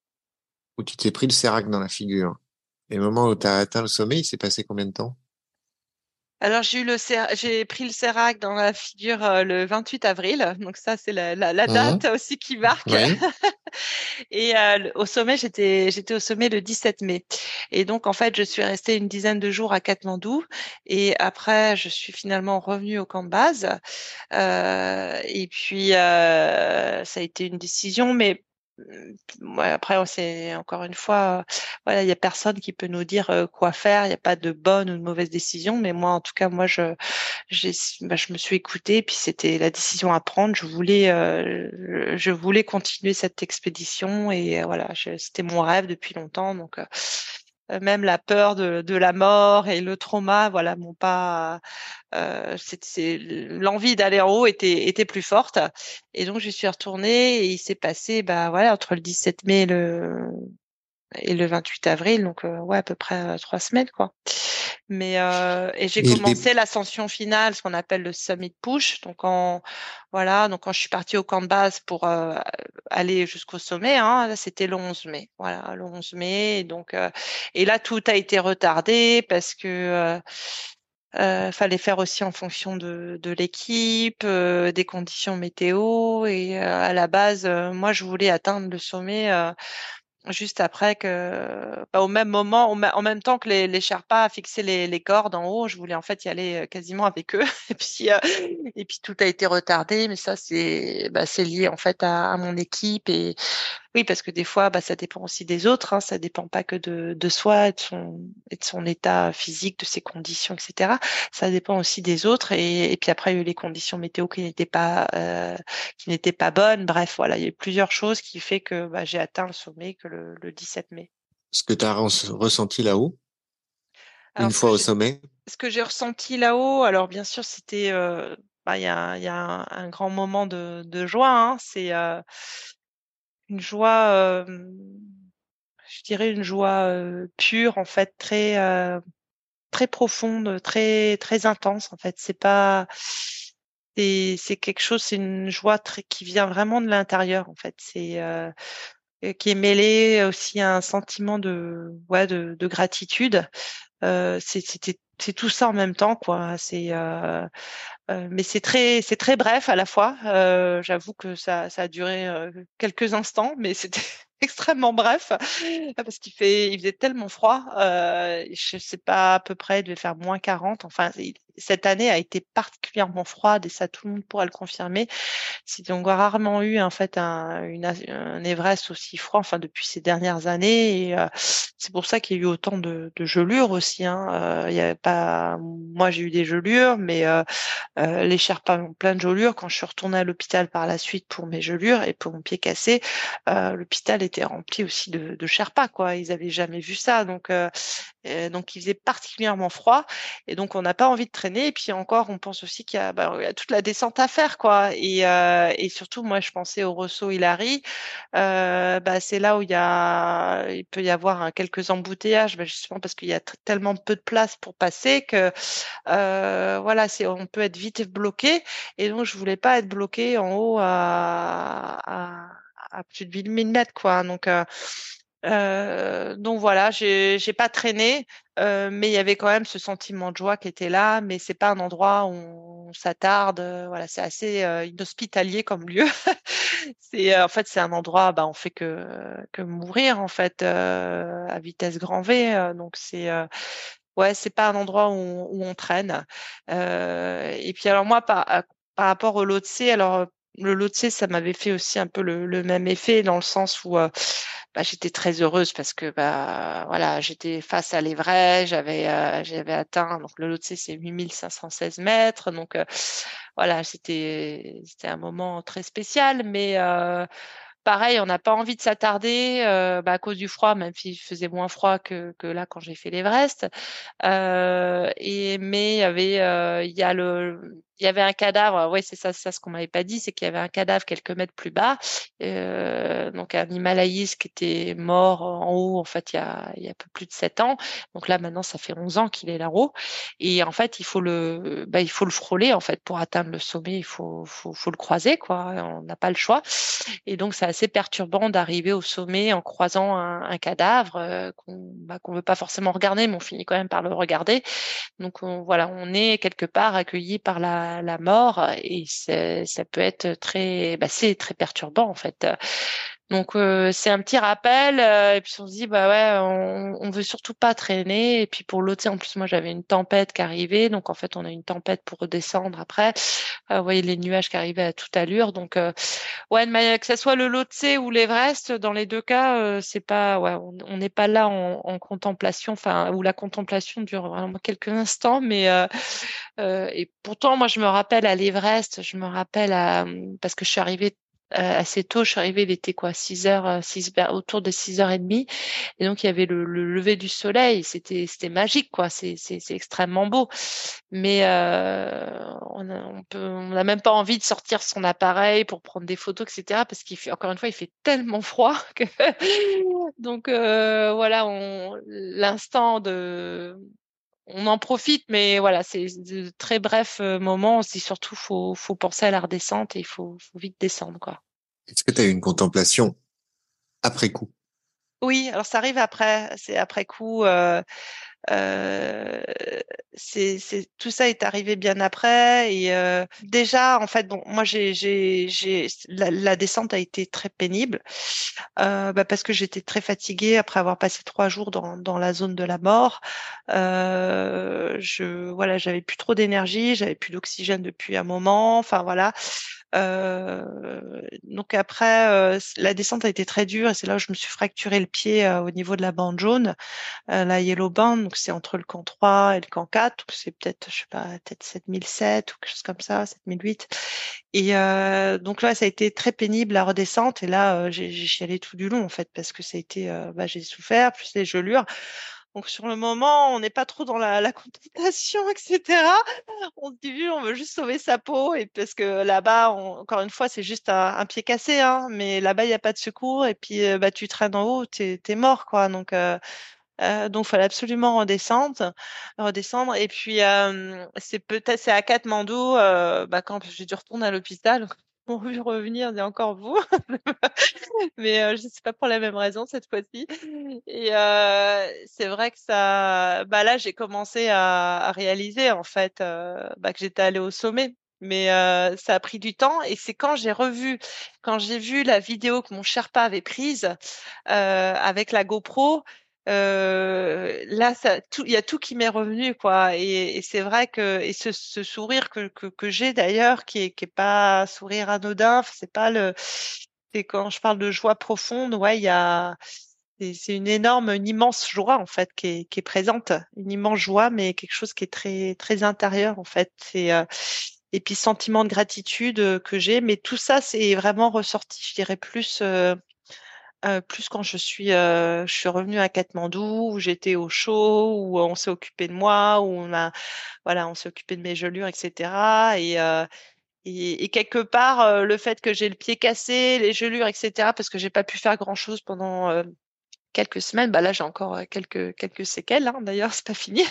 où tu t'es pris le sérac dans la figure et le moment où tu as atteint le sommet, il s'est passé combien de temps? Alors, j'ai eu le Cer- j'ai pris le Sérac dans la figure euh, le vingt-huit avril. Donc, ça, c'est la, la, la date Mhm. aussi qui marque. Oui. Et euh, le- au sommet, j'étais, j'étais au sommet le dix-sept mai. Et donc, en fait, je suis restée une dizaine de jours à Katmandou. Et après, je suis finalement revenue au camp de base. Euh, et puis, euh, ça a été une décision, mais mm, ouais, après, on c'est encore une fois, euh, voilà, il y a personne qui peut nous dire euh, quoi faire. Il n'y a pas de bonne ou de mauvaise décision. Mais moi, en tout cas, moi, je, j'ai, bah, je me suis écoutée. Puis c'était la décision à prendre. Je voulais, euh, je voulais continuer cette expédition et euh, voilà, je- c'était mon rêve depuis longtemps. Donc euh, euh, même la peur de, de la mort et le trauma, voilà, m'ont pas euh, c'est, c'est- l'envie d'aller en haut était, était plus forte. Et donc, je suis retournée et il s'est passé, bah, voilà, entre le dix-sept mai et le, et le vingt-huit avril. Donc, euh, ouais, à peu près euh, trois semaines, quoi. Mais, euh, et j'ai Et les... commencé l'ascension finale, ce qu'on appelle le summit push. Donc, en, voilà, donc quand je suis partie au camp de base pour euh, aller jusqu'au sommet, hein, là, c'était le onze mai. Voilà, le onze mai. Et donc, euh, et là, tout a été retardé parce que, euh, euh, fallait faire aussi en fonction de, de l'équipe, euh, des conditions météo. Et euh, à la base, euh, moi, je voulais atteindre le sommet euh, juste après que, bah, au même moment, au ma- en même temps que les, les Sherpas fixaient les, les cordes en haut, je voulais en fait y aller euh, quasiment avec eux. Et puis, euh, et puis tout a été retardé, mais ça, c'est bah, c'est lié en fait à, à mon équipe et oui, parce que des fois, bah, ça dépend aussi des autres, hein, ça dépend pas que de, de soi, et de son, et de son état physique, de ses conditions, et cetera. Ça dépend aussi des autres. Et, et puis après, il y a eu les conditions météo qui n'étaient pas, euh, qui n'étaient pas bonnes. Bref, voilà, il y a eu plusieurs choses qui fait que bah, j'ai atteint le sommet que le, le dix-sept mai. Ce que tu as ressenti là-haut, Alors, une ce que fois au j'ai, sommet, ce que j'ai ressenti là-haut, alors bien sûr, c'était, euh, bah, il y a, il y a un, un grand moment de, de joie. Hein, c'est euh, une joie. Euh, je dirais une joie euh, pure en fait très euh, très profonde, très très intense en fait. C'est pas c'est c'est quelque chose, c'est une joie très, qui vient vraiment de l'intérieur en fait. C'est euh, euh, qui est mêlé aussi à un sentiment de ouais de, de gratitude. Euh, c'est c'était c'est tout ça en même temps quoi. C'est euh, euh, mais c'est très c'est très bref à la fois. Euh, j'avoue que ça ça a duré euh, quelques instants, mais c'était extrêmement bref parce qu'il fait il faisait tellement froid. Euh, je sais pas à peu près, il devait faire moins quarante. Enfin, il- cette année a été particulièrement froide et ça tout le monde pourra le confirmer. C'est donc rarement eu en fait un, une, un Everest aussi froid, enfin depuis ces dernières années. Et euh, c'est pour ça qu'il y a eu autant de, de gelures aussi. Hein. Euh, il y avait pas, moi j'ai eu des gelures, mais euh, euh, les Sherpas ont plein de gelures. Quand je suis retournée à l'hôpital par la suite pour mes gelures et pour mon pied cassé, euh, l'hôpital était rempli aussi de, de Sherpas, quoi. Ils avaient jamais vu ça, donc euh, euh, donc il faisait particulièrement froid et donc on n'a pas envie de traîner. Et puis encore, on pense aussi qu'il y a, bah, il y a toute la descente à faire, quoi. Et euh, et surtout, moi, je pensais au Rosso Hilary. Euh, bah, c'est là où il y a, il peut y avoir hein, quelques embouteillages, bah, justement parce qu'il y a t- tellement peu de place pour passer que euh, voilà, c'est, on peut être vite bloqué. Et donc, je voulais pas être bloqué en haut à, à, à plus de mille mètres, quoi. Donc, euh, euh, donc voilà, j'ai, j'ai pas traîné, euh, mais il y avait quand même ce sentiment de joie qui était là. Mais c'est pas un endroit où on s'attarde. euh, Voilà, c'est assez euh, inhospitalier comme lieu. C'est, euh, en fait, c'est un endroit, bah, on fait que que mourir en fait euh, à vitesse grand V. euh, donc c'est euh, ouais, c'est pas un endroit où on, où on traîne. Euh, et puis alors moi, par, à- par rapport au Lhotse, alors le Lhotse, ça m'avait fait aussi un peu le, le même effet dans le sens où euh, bah, j'étais très heureuse parce que bah voilà, j'étais face à l'Everest, j'avais euh, j'avais atteint donc le Lhotse c'est huit mille cinq cent seize mètres, donc euh, voilà, c'était c'était un moment très spécial, mais euh, pareil, on n'a pas envie de s'attarder euh, bah, à cause du froid, même s'il faisait moins froid que que là quand j'ai fait l'Everest. Euh, et mais il y avait euh, il y a le il y avait un cadavre, ouais, c'est ça, ça ce qu'on m'avait pas dit, c'est qu'il y avait un cadavre quelques mètres plus bas, euh, donc un Himalayiste qui était mort en haut, en fait, il y a, il y a un peu plus de sept ans. Donc là, maintenant, ça fait onze ans qu'il est là-haut. Et en fait, il faut le, bah, il faut le frôler, en fait, pour atteindre le sommet, il faut, faut, faut le croiser, quoi. On n'a pas le choix. Et donc, c'est assez perturbant d'arriver au sommet en croisant un, un cadavre euh, qu'on bah, qu'on veut pas forcément regarder, mais on finit quand même par le regarder. Donc on, voilà, on est quelque part accueilli par la, la mort et c'est, ça peut être très, bah, c'est très perturbant en fait. Donc euh, c'est un petit rappel euh, et puis on se dit bah ouais, on, on veut surtout pas traîner et puis pour l'autre en plus moi j'avais une tempête qui arrivait donc en fait on a une tempête pour redescendre après. Euh, vous voyez les nuages qui arrivaient à toute allure donc euh, ouais, mais que ce soit le Lhotse ou l'Everest, dans les deux cas, euh, c'est pas, ouais, on on n'est pas là en, en contemplation, enfin, où la contemplation dure vraiment quelques instants, mais euh, euh, et pourtant, moi, je me rappelle à l'Everest, je me rappelle à, parce que je suis arrivée euh, assez tôt, je suis arrivée, il était quoi, six heures, euh, six, vers- autour de six heures et demie, et donc il y avait le, le lever du soleil, c'était, c'était magique, quoi, c'est, c'est, c'est extrêmement beau. Mais euh, on a, on peut, on n'a même pas envie de sortir son appareil pour prendre des photos, et cetera. Parce qu'il fait, encore une fois, il fait tellement froid que donc euh, voilà, on, l'instant de, on en profite, mais voilà, c'est de très brefs euh, moments. On se dit surtout, faut, faut penser à la redescente et il faut, faut vite descendre, quoi. Est-ce que tu as eu une contemplation après coup? Oui, alors ça arrive après, c'est après coup. Euh, Euh, c'est, c'est, tout ça est arrivé bien après et euh, déjà en fait bon moi j'ai j'ai j'ai la, la descente a été très pénible euh, bah, parce que j'étais très fatiguée après avoir passé trois jours dans dans la zone de la mort. Euh, je voilà j'avais plus trop d'énergie, j'avais plus d'oxygène depuis un moment. Enfin voilà. Euh, donc après, euh, la descente a été très dure et c'est là où je me suis fracturé le pied euh, au niveau de la bande jaune euh, la Yellow Band, donc c'est entre le camp trois et le camp quatre, donc c'est peut-être, je sais pas, peut-être sept mille sept ou quelque chose comme ça, sept mille huit. Et euh, donc là, ça a été très pénible la redescente, et là, euh, j'ai, j'ai chialé tout du long en fait, parce que ça a été, euh, bah, j'ai souffert, plus les gelures. Donc sur le moment, on n'est pas trop dans la, la contemplation, et cetera. On se dit, on veut juste sauver sa peau, et parce que là-bas, on- encore une fois, c'est juste un, un pied cassé, hein, mais là-bas, il n'y a pas de secours, et puis euh, bah, tu traînes en haut, t'es, t'es mort, quoi. Donc euh, euh, donc, fallait absolument redescendre, redescendre. Et puis, euh, c'est peut-être, c'est à Katmandou, euh, bah, quand j'ai dû retourner à l'hôpital, pour vu revenir, c'est encore vous. Mais euh, je sais pas pour la même raison cette fois-ci. Et euh, c'est vrai que ça, bah là, j'ai commencé à, à réaliser en fait euh, bah, que j'étais allée au sommet. Mais euh, ça a pris du temps et c'est quand j'ai revu, quand j'ai vu la vidéo que mon Sherpa avait prise euh, avec la GoPro, euh, là, ça, tout, il y a tout qui m'est revenu, quoi. Et, et c'est vrai que, et ce, ce sourire que, que, que j'ai d'ailleurs, qui est, qui est pas un sourire anodin, c'est pas le, c'est quand je parle de joie profonde, ouais, il y a, c'est c'est une énorme, une immense joie en fait qui est, qui est présente, une immense joie, mais quelque chose qui est très, très intérieur en fait. C'est euh, et puis sentiment de gratitude euh, que j'ai, mais tout ça c'est vraiment ressorti, je dirais plus. euh, euh, plus quand je suis, euh, je suis revenue à Katmandou, où j'étais au chaud, où on s'est occupé de moi, où on a, voilà, on s'est occupé de mes gelures, et cetera. Et, euh, et, et quelque part, euh, le fait que j'ai le pied cassé, les gelures, et cetera, parce que j'ai pas pu faire grand-chose pendant euh, quelques semaines, bah là j'ai encore euh, quelques quelques séquelles, hein, d'ailleurs, c'est pas fini.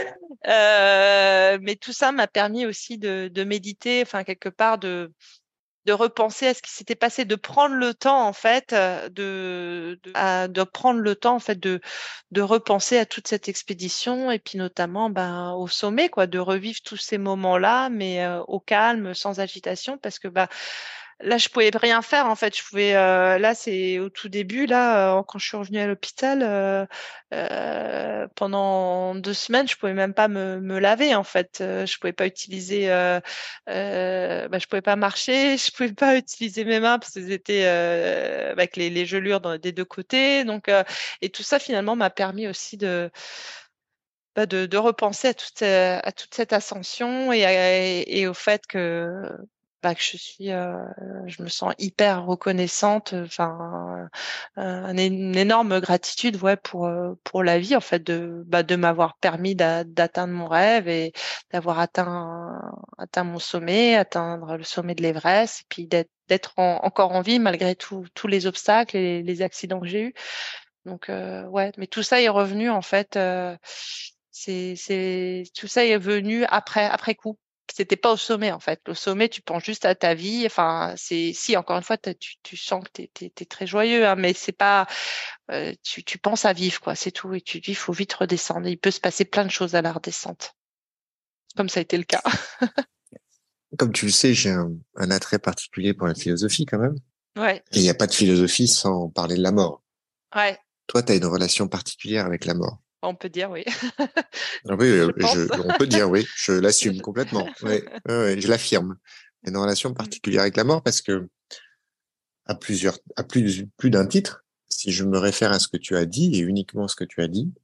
Euh, mais tout ça m'a permis aussi de, de méditer, enfin quelque part de de repenser à ce qui s'était passé, de prendre le temps en fait, euh, de de, à- de prendre le temps en fait de de repenser à toute cette expédition et puis notamment ben au sommet quoi, de revivre tous ces moments-là, mais euh, au calme, sans agitation, parce que bah là, je pouvais rien faire en fait. Je pouvais. Euh, là, c'est au tout début. Là, euh, quand je suis revenue à l'hôpital, euh, euh, pendant deux semaines, je pouvais même pas me, me laver en fait. Euh, je pouvais pas utiliser. Euh, euh, bah, je pouvais pas marcher. Je pouvais pas utiliser mes mains parce qu'elles étaient euh, avec les, les gelures dans- des deux côtés. Donc, euh, et tout ça finalement m'a permis aussi de bah, de, de repenser à toute, euh, à toute cette ascension et, à- et, et au fait que, bah, que je suis, euh, je me sens hyper reconnaissante, enfin, euh, un é- une énorme gratitude, ouais, pour, euh, pour la vie, en fait, de, bah, de m'avoir permis d'a- d'atteindre mon rêve et d'avoir atteint, atteint mon sommet, atteindre le sommet de l'Everest, et puis d'être, d'être en- encore en vie malgré tout- tous les obstacles et les, les accidents que j'ai eus. Donc euh, ouais, mais tout ça est revenu en fait. Euh, c'est c'est tout ça est venu après après coup. C'était pas au sommet en fait. Au sommet, tu penses juste à ta vie. Enfin, c'est si encore une fois, t'as- tu tu sens que t'es t'es, t'es très joyeux, hein, mais c'est pas. Euh, tu tu penses à vivre quoi, c'est tout. Et tu dis, il faut vite redescendre. Il peut se passer plein de choses à la redescente, comme ça a été le cas. Comme tu le sais, j'ai un, un attrait particulier pour la philosophie quand même. Ouais, Et il n'y a pas de philosophie sans parler de la mort. ouais, Toi, tu as une relation particulière avec la mort. on peut dire oui. Ah oui, euh, Je je, pense. on peut dire oui, je l'assume complètement. Oui, oui, oui, je l'affirme. Une relation Mm. particulière avec la mort parce que à plusieurs, à plus, plus d'un titre, si je me réfère à ce que tu as dit et uniquement ce que tu as dit,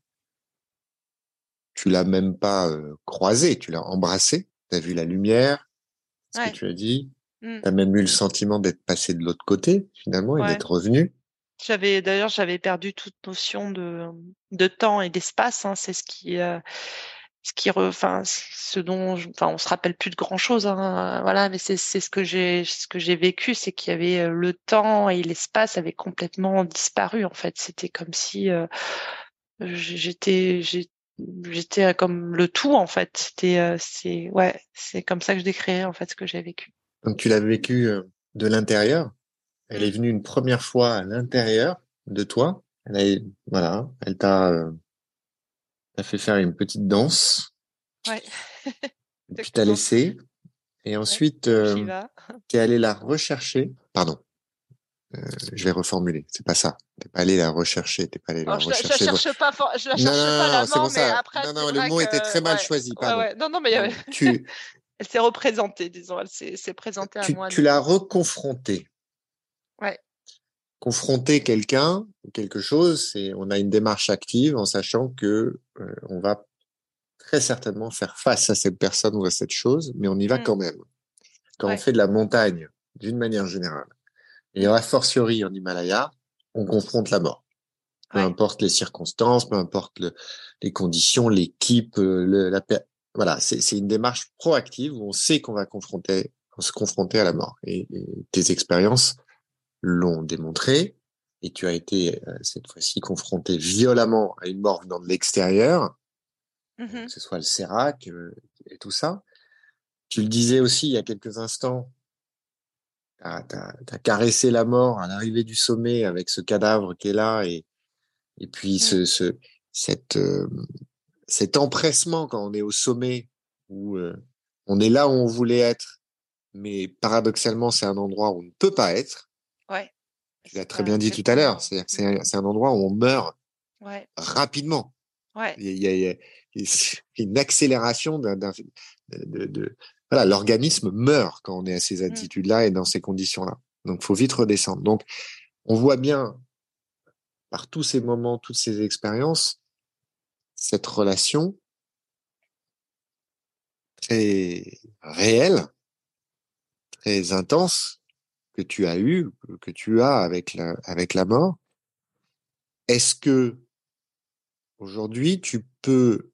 tu l'as même pas euh, croisé, tu l'as embrassé, tu as vu la lumière, ce que Ouais, tu as dit, mm, tu as même eu le sentiment d'être passé de l'autre côté finalement et ouais. d'être revenu. J'avais d'ailleurs j'avais perdu toute notion de de temps et d'espace. Hein. C'est ce qui euh, ce qui re- enfin ce dont je- enfin on se rappelle plus de grand chose. Hein. Voilà, mais c'est c'est ce que j'ai ce que j'ai vécu, c'est qu'il y avait euh, le temps et l'espace avaient complètement disparu en fait. C'était comme si euh, j'étais j'ai- j'étais euh, comme le tout en fait. C'était euh, c'est ouais c'est comme ça que je décrirais en fait ce que j'ai vécu. Donc tu l'as vécu euh, de l'intérieur. Elle est Mm. venue une première fois à l'intérieur de toi. Elle a, voilà, elle t'a euh, t'a fait faire une petite danse, Ouais, et puis t'as exactement. laissé, et Ouais, ensuite comme euh, Shiva. t'es allé la rechercher. Pardon, euh, je vais reformuler. C'est pas ça. T'es pas allé la rechercher. T'es pas allé la Alors, je la, je la rechercher. Non, cherche pas, for- je la non, cherche pas non, la non, c'est mort, pour mais ça. après, Non, c'est non, le vrai mot était que, très mal ouais, choisi. ouais, Pardon. ouais. Non, non, mais euh, Non, tu, elle s'est représentée, disons, elle s'est s'est présentée à tu, moi à tu l'as nouveau. reconfronté. Ouais, Confronter quelqu'un ou quelque chose, c'est on a une démarche active en sachant que euh, on va très certainement faire face à cette personne ou à cette chose, mais on y va mm, quand même. Quand on ouais, fait de la montagne, d'une manière générale, et mm, a fortiori en Himalaya, on confronte la mort. Peu ouais, importe les circonstances, peu importe le, les conditions, l'équipe, euh, le, la, voilà, c'est, c'est une démarche proactive où on sait qu'on va confronter, se confronter à la mort. Et, et tes expériences l'ont démontré. Et tu as été euh, cette fois-ci confronté violemment à une mort venant de l'extérieur, euh, mhm, que ce soit le sérac euh, et tout ça. Tu le disais aussi il y a quelques instants, t'as, t'as, t'as caressé la mort à l'arrivée du sommet avec ce cadavre qui est là et, et puis mm, ce, ce, cette, euh, cet empressement quand on est au sommet où euh, on est là où on voulait être, mais paradoxalement c'est un endroit où on ne peut pas être. ouais. Tu l'as C'est très ça, bien dit tout à l'heure, exactement. c'est-à-dire que c'est Mm, un, c'est un endroit où on meurt ouais, rapidement. ouais, Il y a, il y a, il y a une accélération d'un, d'un, de, de, voilà, l'organisme meurt quand on est à ces mm, altitudes-là et dans ces conditions-là. Donc, faut vite redescendre. Donc, on voit bien par tous ces moments, toutes ces expériences, cette relation très réelle, très intense que tu as eue, que tu as avec la, avec la mort. Est-ce que aujourd'hui tu peux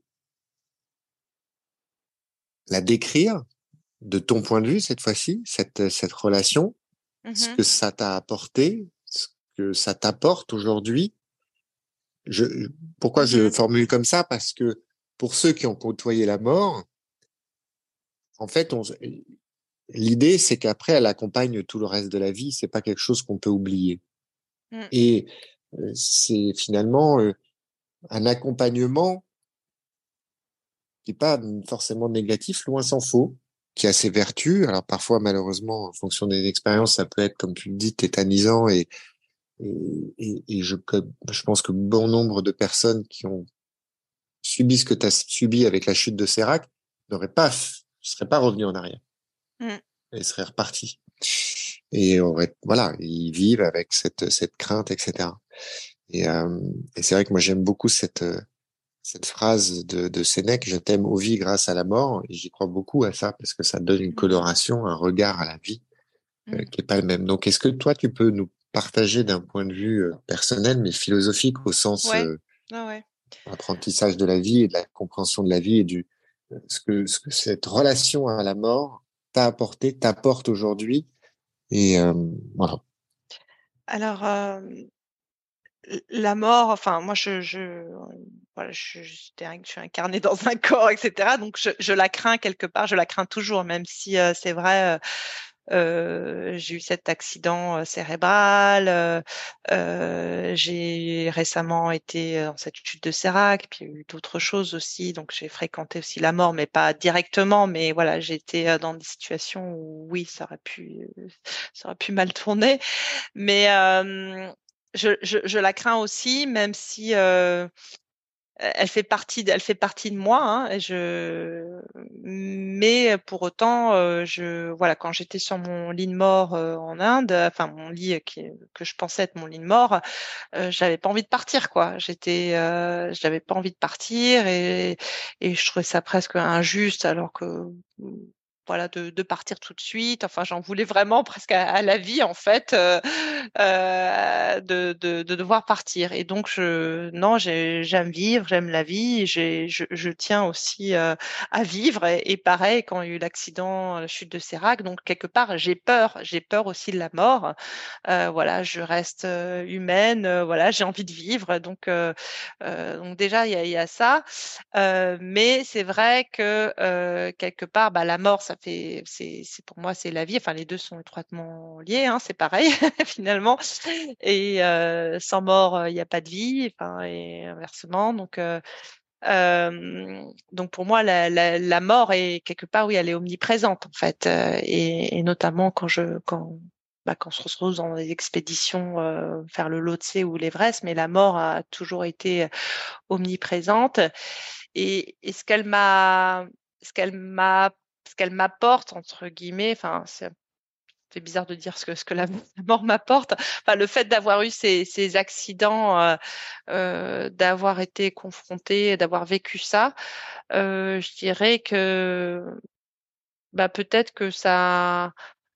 la décrire de ton point de vue cette fois-ci, cette, cette relation, ce mhm, que ça t'a apporté, ce que ça t'apporte aujourd'hui? Je, pourquoi je le mhm, formule comme ça? Parce que pour ceux qui ont côtoyé la mort, en fait, on, l'idée, c'est qu'après, elle accompagne tout le reste de la vie. C'est pas quelque chose qu'on peut oublier. mm, Et euh, c'est finalement euh, un accompagnement qui est pas forcément négatif, loin s'en faut. qui a ses vertus. Alors parfois, malheureusement, en fonction des expériences, ça peut être, comme tu le dis, tétanisant et et, et, et je, je pense que bon nombre de personnes qui ont subi ce que tu as subi avec la chute de Sérac n'auraient pas, seraient pas revenus en arrière. Mm. Et seraient repartis. Et aurait, voilà, ils vivent avec cette, cette crainte, et cetera. Et, euh, et c'est vrai que moi j'aime beaucoup cette, cette phrase de, de Sénèque, je t'aime ô vie grâce à la mort. Et j'y crois beaucoup à ça parce que ça donne une coloration, un regard à la vie euh, Mm. qui est pas le même. Donc est-ce que toi tu peux nous partager d'un point de vue euh, personnel mais philosophique au sens Ouais. euh, Ah ouais. apprentissage de la vie et de la compréhension de la vie et du ce que ce que cette relation à la mort t'a apporté, t'apporte aujourd'hui et euh, voilà. Alors, euh, la mort, enfin, moi, je, je, voilà, je, je, je suis incarnée dans un corps, et cetera. Donc, je, je la crains quelque part, je la crains toujours, même si euh, c'est vrai, euh, euh, j'ai eu cet accident euh, cérébral, euh, euh, j'ai récemment été dans cette chute de Sérac, puis il y a eu d'autres choses aussi. Donc, j'ai fréquenté aussi la mort, mais pas directement, mais voilà, j'ai été dans des situations où, oui, ça aurait pu, ça aurait pu mal tourner. Mais euh, je, je, je la crains aussi, même si euh, elle fait partie, de, elle fait partie de moi. Hein, et je, mais pour autant, euh, je, voilà, quand j'étais sur mon lit de mort euh, en Inde, enfin mon lit qui, que je pensais être mon lit de mort, euh, j'avais pas envie de partir, quoi. J'étais, euh, j'avais pas envie de partir et et je trouvais ça presque injuste, alors que voilà, de, de partir tout de suite. Enfin, j'en voulais vraiment presque à, à la vie, en fait, euh, euh, de, de, de devoir partir. Et donc, je, non, j'ai, j'aime vivre, j'aime la vie. Et j'ai, je, je tiens aussi euh, à vivre. Et, et pareil, quand il y a eu l'accident, la chute de Sérac, donc quelque part, j'ai peur. J'ai peur aussi de la mort. Euh, voilà, je reste euh, humaine. Euh, voilà, j'ai envie de vivre. Donc, euh, euh, donc déjà, il y a, il y a ça. Euh, mais c'est vrai que euh, quelque part, bah, la mort, ça fait, c'est, c'est pour moi, c'est la vie. Enfin, les deux sont étroitement liés, hein, c'est pareil finalement. Et euh, sans mort, il n'y a pas de vie. Enfin, et inversement. Donc, euh, euh, donc pour moi, la, la, la mort est quelque part, oui, elle est omniprésente en fait, euh, et, et notamment quand je, quand bah, quand on se retrouve dans des expéditions euh, faire le Lhotse ou l'Everest, mais la mort a toujours été omniprésente. Et, et ce qu'elle m'a, ce qu'elle m'a, ce qu'elle m'apporte entre guillemets, enfin, c'est c'est bizarre de dire ce que ce que la, la mort m'apporte. Enfin, le fait d'avoir eu ces, ces accidents, euh, euh, d'avoir été confrontée, d'avoir vécu ça, euh, je dirais que bah peut-être que ça,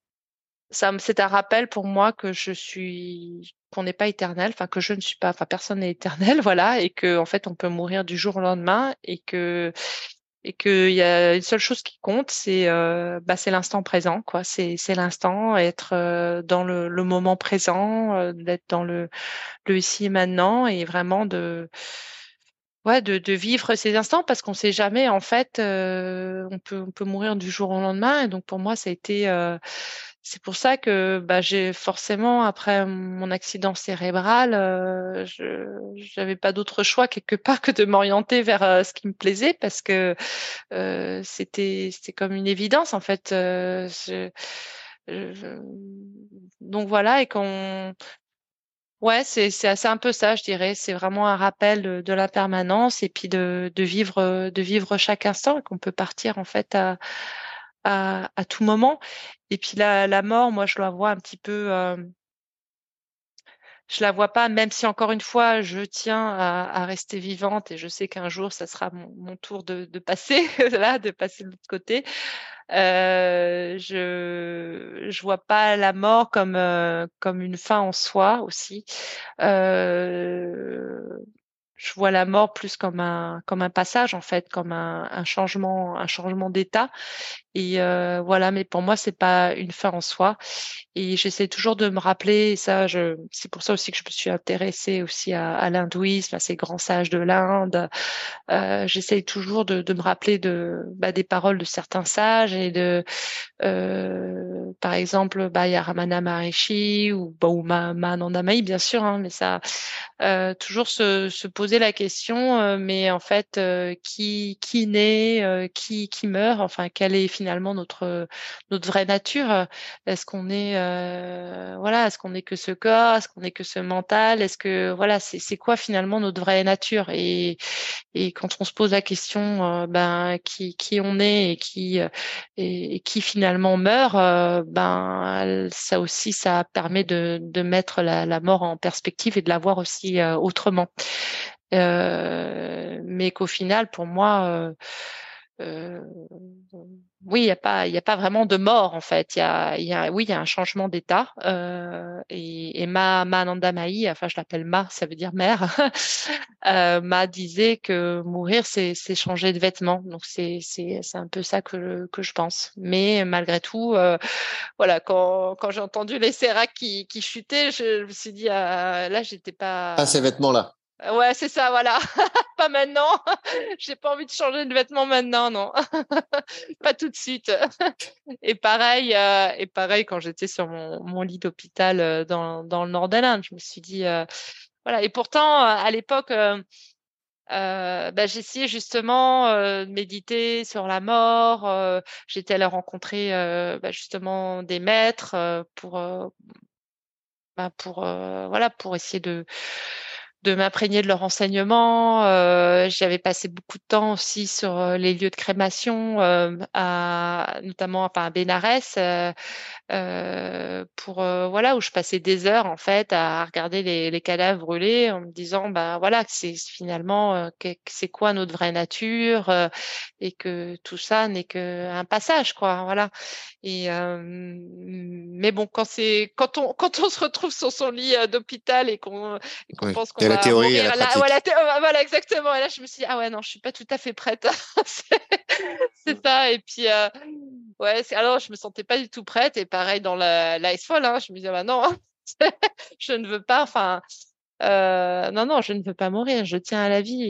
ça, me- c'est un rappel pour moi que je suis, qu'on n'est pas éternel, enfin que je ne suis pas, enfin personne n'est éternel, voilà, et que en fait on peut mourir du jour au lendemain et que et qu'il y a une seule chose qui compte, c'est euh, bah, c'est l'instant présent, quoi. C'est c'est l'instant, être euh, dans le, le moment présent, euh, d'être dans le le ici et maintenant, et vraiment de ouais de, de vivre ces instants parce qu'on sait jamais en fait, euh, on peut on peut mourir du jour au lendemain, et donc pour moi ça a été euh, c'est pour ça que bah, j'ai forcément, après mon accident cérébral, euh, je j'avais pas d'autre choix quelque part que de m'orienter vers euh, ce qui me plaisait, parce que euh, c'était c'était comme une évidence en fait. Euh, je- je- donc voilà, et qu'on ouais, c'est c'est c'est un peu ça, je dirais. C'est vraiment un rappel de, de la permanence, et puis de de vivre de vivre chaque instant, et qu'on peut partir en fait à à, à tout moment. Et puis la la mort, moi je la vois un petit peu. Euh, je la vois pas, même si encore une fois, je tiens à, à rester vivante, et je sais qu'un jour, ça sera mon, mon tour de, de passer, là, de passer de l'autre côté. Euh, je je vois pas la mort comme euh, comme une fin en soi aussi. Euh, je vois la mort plus comme un comme un passage en fait, comme un, un changement un changement d'état. Et euh, voilà, mais pour moi, c'est pas une fin en soi. Et j'essaie toujours de me rappeler, et ça, je, c'est pour ça aussi que je me suis intéressée aussi à, à l'hindouisme, à ces grands sages de l'Inde. Euh, j'essaie toujours de, de me rappeler de, bah, des paroles de certains sages, et de, euh, par exemple, bah, il y a Ramana Maharishi ou, bah, ou Ma- Mahananda Mahi, bien sûr, hein, mais ça, euh, toujours se, se poser la question, euh, mais en fait, euh, qui, qui naît, euh, qui, qui meurt, enfin, quelle est finalement notre notre vraie nature? Est-ce qu'on est euh, voilà, est-ce qu'on est que ce corps? Est-ce qu'on est que ce mental? Est-ce que voilà, c'est c'est quoi finalement notre vraie nature? Et et quand on se pose la question, euh, ben qui qui on est et qui euh, et, et qui finalement meurt, euh, ben ça aussi ça permet de de mettre la la mort en perspective et de la voir aussi euh, autrement. Euh, mais qu'au final, pour moi, euh, euh, oui, il n'y a pas, il y a pas vraiment de mort en fait. Il y a, il y a, oui, il y a un changement d'état. Euh, et, et Ma, Ma Ananda Mahi, enfin je l'appelle Ma, ça veut dire mère, euh, Ma disait que mourir, c'est, c'est changer de vêtements. Donc c'est, c'est, c'est un peu ça que que je pense. Mais malgré tout, euh, voilà, quand quand j'ai entendu les séracs qui qui chutaient, je, je me suis dit ah, là, j'étais Pas ces pas. vêtements-là. Ouais, c'est ça, voilà. Pas maintenant. J'ai pas envie de changer de vêtements maintenant, non. Pas tout de suite. Et pareil, euh, et pareil quand j'étais sur mon, mon lit d'hôpital euh, dans, dans le nord de l'Inde, je me suis dit, euh, voilà. Et pourtant, euh, à l'époque, euh, euh, bah, j'essayais justement euh, de méditer sur la mort. Euh, j'étais allée rencontrer euh, bah, justement des maîtres euh, pour, euh, bah, pour, euh, voilà, pour essayer de de m'imprégner de leurs enseignements. Euh, j'avais passé beaucoup de temps aussi sur euh, les lieux de crémation, euh, à, notamment enfin, à Bénarès, euh, euh, pour euh, voilà où je passais des heures en fait à regarder les, les cadavres brûlés en me disant bah voilà que c'est finalement euh, que, que c'est quoi notre vraie nature euh, et que tout ça n'est que un passage quoi voilà et euh, mais bon quand c'est quand on quand on se retrouve sur son lit euh, d'hôpital et qu'on et qu'on Oui. pense Il y qu'on a la va théorie et la mourir là voilà pratique. t- euh, voilà exactement et là je me suis dit ah ouais non je suis pas tout à fait prête c'est c'est ça et puis euh, ouais c'est alors je me sentais pas du tout prête et pareil dans la la S-Folle hein, je me disais bah non je ne veux pas enfin euh, non non je ne veux pas mourir je tiens à la vie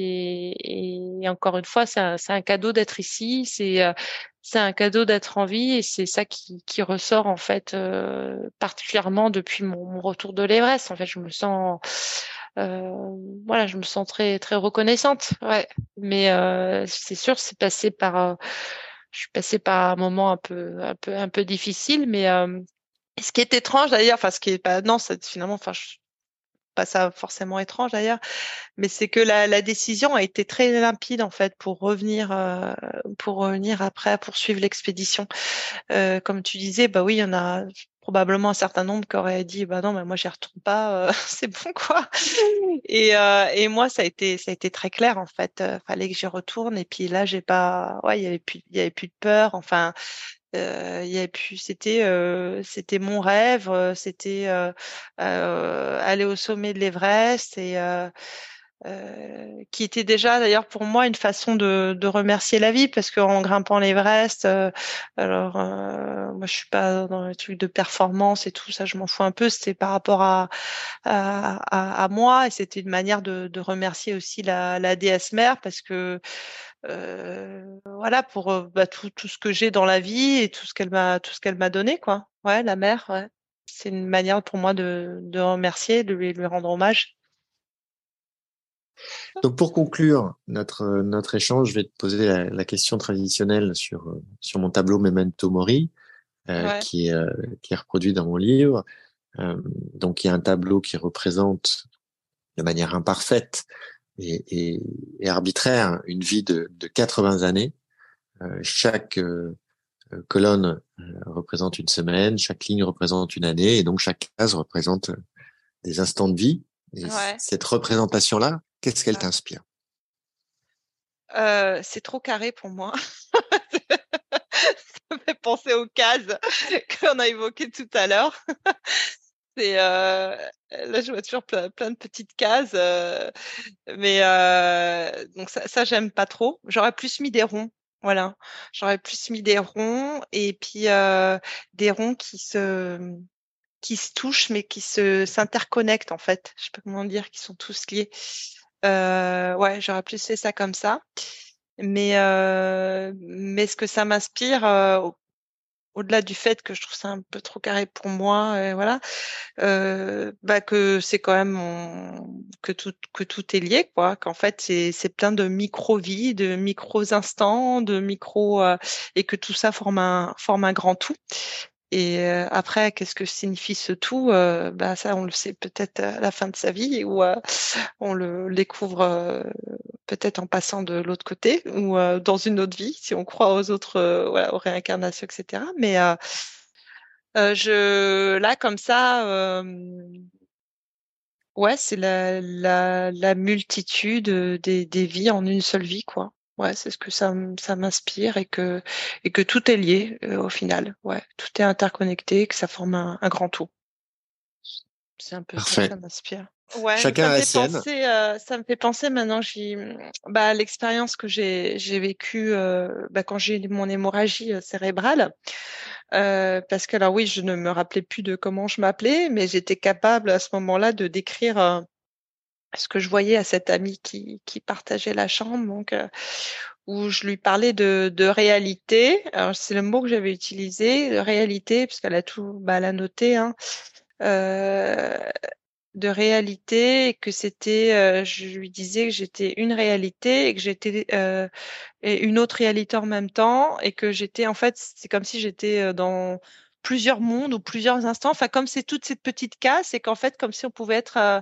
et, et encore une fois c'est un, c'est un cadeau d'être ici c'est euh, c'est un cadeau d'être en vie et c'est ça qui, qui ressort en fait euh, particulièrement depuis mon, mon retour de l'Everest. En fait, je me sens euh, voilà, je me sens très très reconnaissante. Ouais, mais euh, c'est sûr, c'est passé par euh, je suis passée par un moment un peu un peu un peu difficile, mais euh, ce qui est étrange d'ailleurs, enfin ce qui est pas non, c'est finalement, enfin je pas ça forcément étrange d'ailleurs, mais c'est que la, la décision a été très limpide en fait pour revenir euh, pour revenir après poursuivre l'expédition. Euh, comme tu disais, bah oui, il y en a probablement un certain nombre qui auraient dit bah non, mais moi j'y retourne pas, euh, c'est bon quoi. Et euh, et moi ça a été ça a été très clair en fait. Euh, fallait que j'y retourne et puis là j'ai pas ouais il y avait plus il y avait plus de peur. Enfin euh, il y avait plus c'était euh, c'était mon rêve. euh, C'était euh, euh, aller au sommet de l'Everest et euh, euh, qui était déjà d'ailleurs pour moi une façon de, de remercier la vie parce qu'en grimpant l'Everest, euh, alors euh, moi je suis pas dans les trucs de performance et tout ça, je m'en fous un peu. C'était par rapport à à, à, à moi et c'était une manière de, de remercier aussi la, la déesse mère parce que euh, voilà pour euh, bah, tout tout ce que j'ai dans la vie et tout ce qu'elle m'a tout ce qu'elle m'a donné quoi. Ouais, la mère, ouais. C'est une manière pour moi de de remercier, de lui, lui rendre hommage. Donc pour conclure notre notre échange, je vais te poser la, la question traditionnelle sur sur mon tableau Memento Mori, euh, Ouais. qui est euh, qui est reproduit dans mon livre. Euh, donc il y a un tableau qui représente de manière imparfaite et, et, et arbitraire une vie de, de quatre-vingts années. Euh, chaque euh, colonne euh, représente une semaine, chaque ligne représente une année, et donc chaque case représente des instants de vie. Et Ouais. cette représentation-là, qu'est-ce qu'elle Ouais. t'inspire? Euh, c'est trop carré pour moi. Ça me fait penser aux cases qu'on a évoquées tout à l'heure. C'est euh, là, je vois toujours plein, plein de petites cases, euh, mais euh, donc ça, ça j'aime pas trop. J'aurais plus mis des ronds, voilà. J'aurais plus mis des ronds et puis euh, des ronds qui se qui se touchent mais qui se s'interconnectent en fait. Je sais pas comment dire, qui sont tous liés. Euh, ouais, j'aurais plus fait ça comme ça. Mais, euh, mais ce que ça m'inspire euh, au-delà du fait que je trouve ça un peu trop carré pour moi, et voilà, euh, bah que c'est quand même mon- que tout que tout est lié, quoi. Qu'en fait c'est c'est plein de micro-vies, de micro-instants, de micro euh, et que tout ça forme un forme un grand tout. Et euh, après, qu'est-ce que signifie ce tout? Euh, bah ça, on le sait peut-être à la fin de sa vie, ou euh, on le découvre euh, peut-être en passant de l'autre côté, ou euh, dans une autre vie, si on croit aux autres, euh, voilà, aux réincarnations, et cetera. Mais euh, euh, je, là, comme ça, euh, ouais, c'est la, la, la multitude euh, des, des vies en une seule vie, quoi. Ouais, c'est ce que ça, m- ça m'inspire, et que, et que tout est lié euh, au final. Ouais, tout est interconnecté, que ça forme un, un grand tout. C'est un peu ça que Parfait. ça m'inspire. Ouais, mais Chacun ça a me la fait sienne. penser, euh, ça me fait penser maintenant, j'y, bah, l'expérience que j'ai, j'ai vécue euh, bah, quand j'ai eu mon hémorragie euh, cérébrale. Euh, parce que alors oui, je ne me rappelais plus de comment je m'appelais, mais j'étais capable à ce moment-là de décrire euh, ce que je voyais à cette amie qui, qui partageait la chambre, donc euh, où je lui parlais de, de réalité. Alors c'est le mot que j'avais utilisé, de réalité, parce qu'elle a tout, bah, elle a noté, hein. Euh, de réalité, et que c'était, euh, je lui disais que j'étais une réalité et que j'étais euh, et une autre réalité en même temps, et que j'étais en fait, c'est comme si j'étais euh, dans plusieurs mondes ou plusieurs instants, enfin comme c'est toute cette petite case, c'est qu'en fait comme si on pouvait être euh,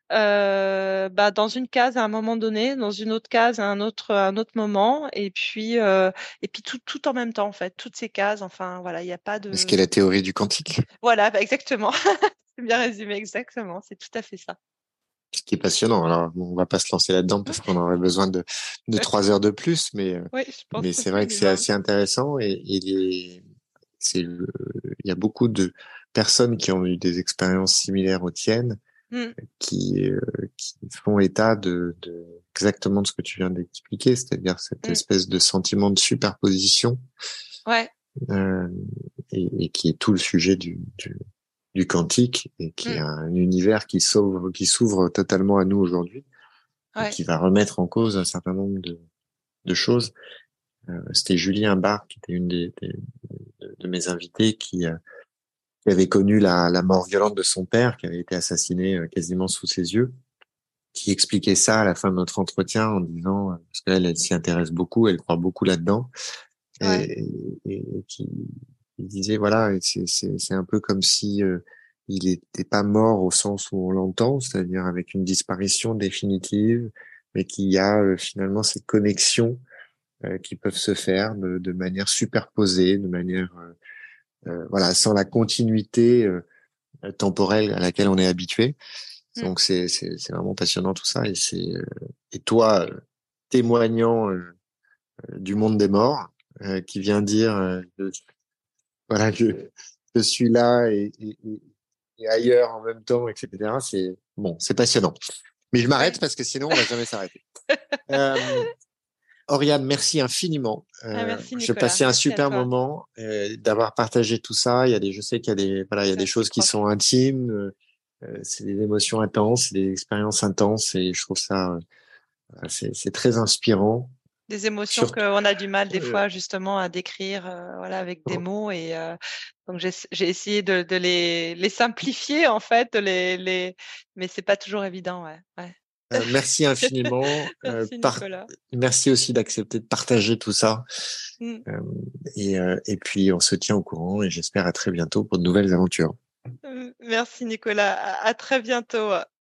euh, bah, dans une case à un moment donné, dans une autre case à un autre à un autre moment, et puis euh, et puis tout tout en même temps en fait, toutes ces cases, enfin voilà, il n'y a pas Ce qui est de la théorie du quantique. voilà, bah, exactement. C'est bien résumé, exactement, c'est tout à fait ça. Ce qui est passionnant. Alors, bon, on va pas se lancer là-dedans parce qu'on aurait besoin de, de trois heures de plus, mais, euh, Oui, je pense mais au c'est vrai que c'est minimum. assez intéressant et, et les- c'est le- il y a beaucoup de personnes qui ont eu des expériences similaires aux tiennes Mm, qui, euh, qui font état de, de exactement de ce que tu viens d'expliquer, c'est-à-dire cette mm. espèce de sentiment de superposition, Ouais. euh, et, et qui est tout le sujet du, du, du quantique et qui est Mm, un univers qui s'ouvre, qui s'ouvre totalement à nous aujourd'hui et ouais. qui va remettre en cause un certain nombre de, de choses. Euh, c'était Julien Barre, qui était une des, des- de, de mes invités, qui, euh, qui avait connu la, la mort violente de son père, qui avait été assassiné euh, quasiment sous ses yeux, qui expliquait ça à la fin de notre entretien en disant, euh, parce qu'elle, elle s'y intéresse beaucoup, elle croit beaucoup là-dedans, Ouais. et, et, et qui il disait, voilà, c'est, c'est, c'est un peu comme si euh, il était pas mort au sens où on l'entend, c'est-à-dire avec une disparition définitive, mais qu'il y a euh, finalement ces connexions euh, qui peuvent se faire de, de manière superposée, de manière euh, euh, voilà, sans la continuité euh, temporelle à laquelle on est habitué. Mm, Donc c'est c'est c'est vraiment passionnant tout ça et c'est euh, et toi euh, témoignant euh, du monde des morts euh, qui vient dire euh, que, voilà que je suis là et, et, et- et ailleurs en même temps, et cetera. C'est bon, c'est passionnant. Mais je m'arrête ouais. parce que sinon on va jamais s'arrêter. Euh, Oriane, merci infiniment. Ah, Euh, merci j'ai Nicolas. passé un Merci à super toi. moment euh, d'avoir partagé tout ça. Il y a des, je sais qu'il y a des, voilà, il y a C'est des assez choses qui sont proche. intimes. Euh, euh, c'est des émotions intenses, c'est des expériences intenses, et je trouve ça, euh, c'est, c'est très inspirant. Des émotions Surtout, qu'on a du mal des euh, fois justement à décrire, euh, voilà, avec des mots, et euh, donc j'ai j'ai essayé de, de les, les simplifier en fait, de les, les... mais c'est pas toujours évident, ouais. Ouais. euh, merci infiniment. Euh, Merci par- Nicolas. merci aussi d'accepter de partager tout ça. Mm. Euh, et, euh, et puis on se tient au courant et j'espère à très bientôt pour de nouvelles aventures. Mm. Merci Nicolas. À, à très bientôt.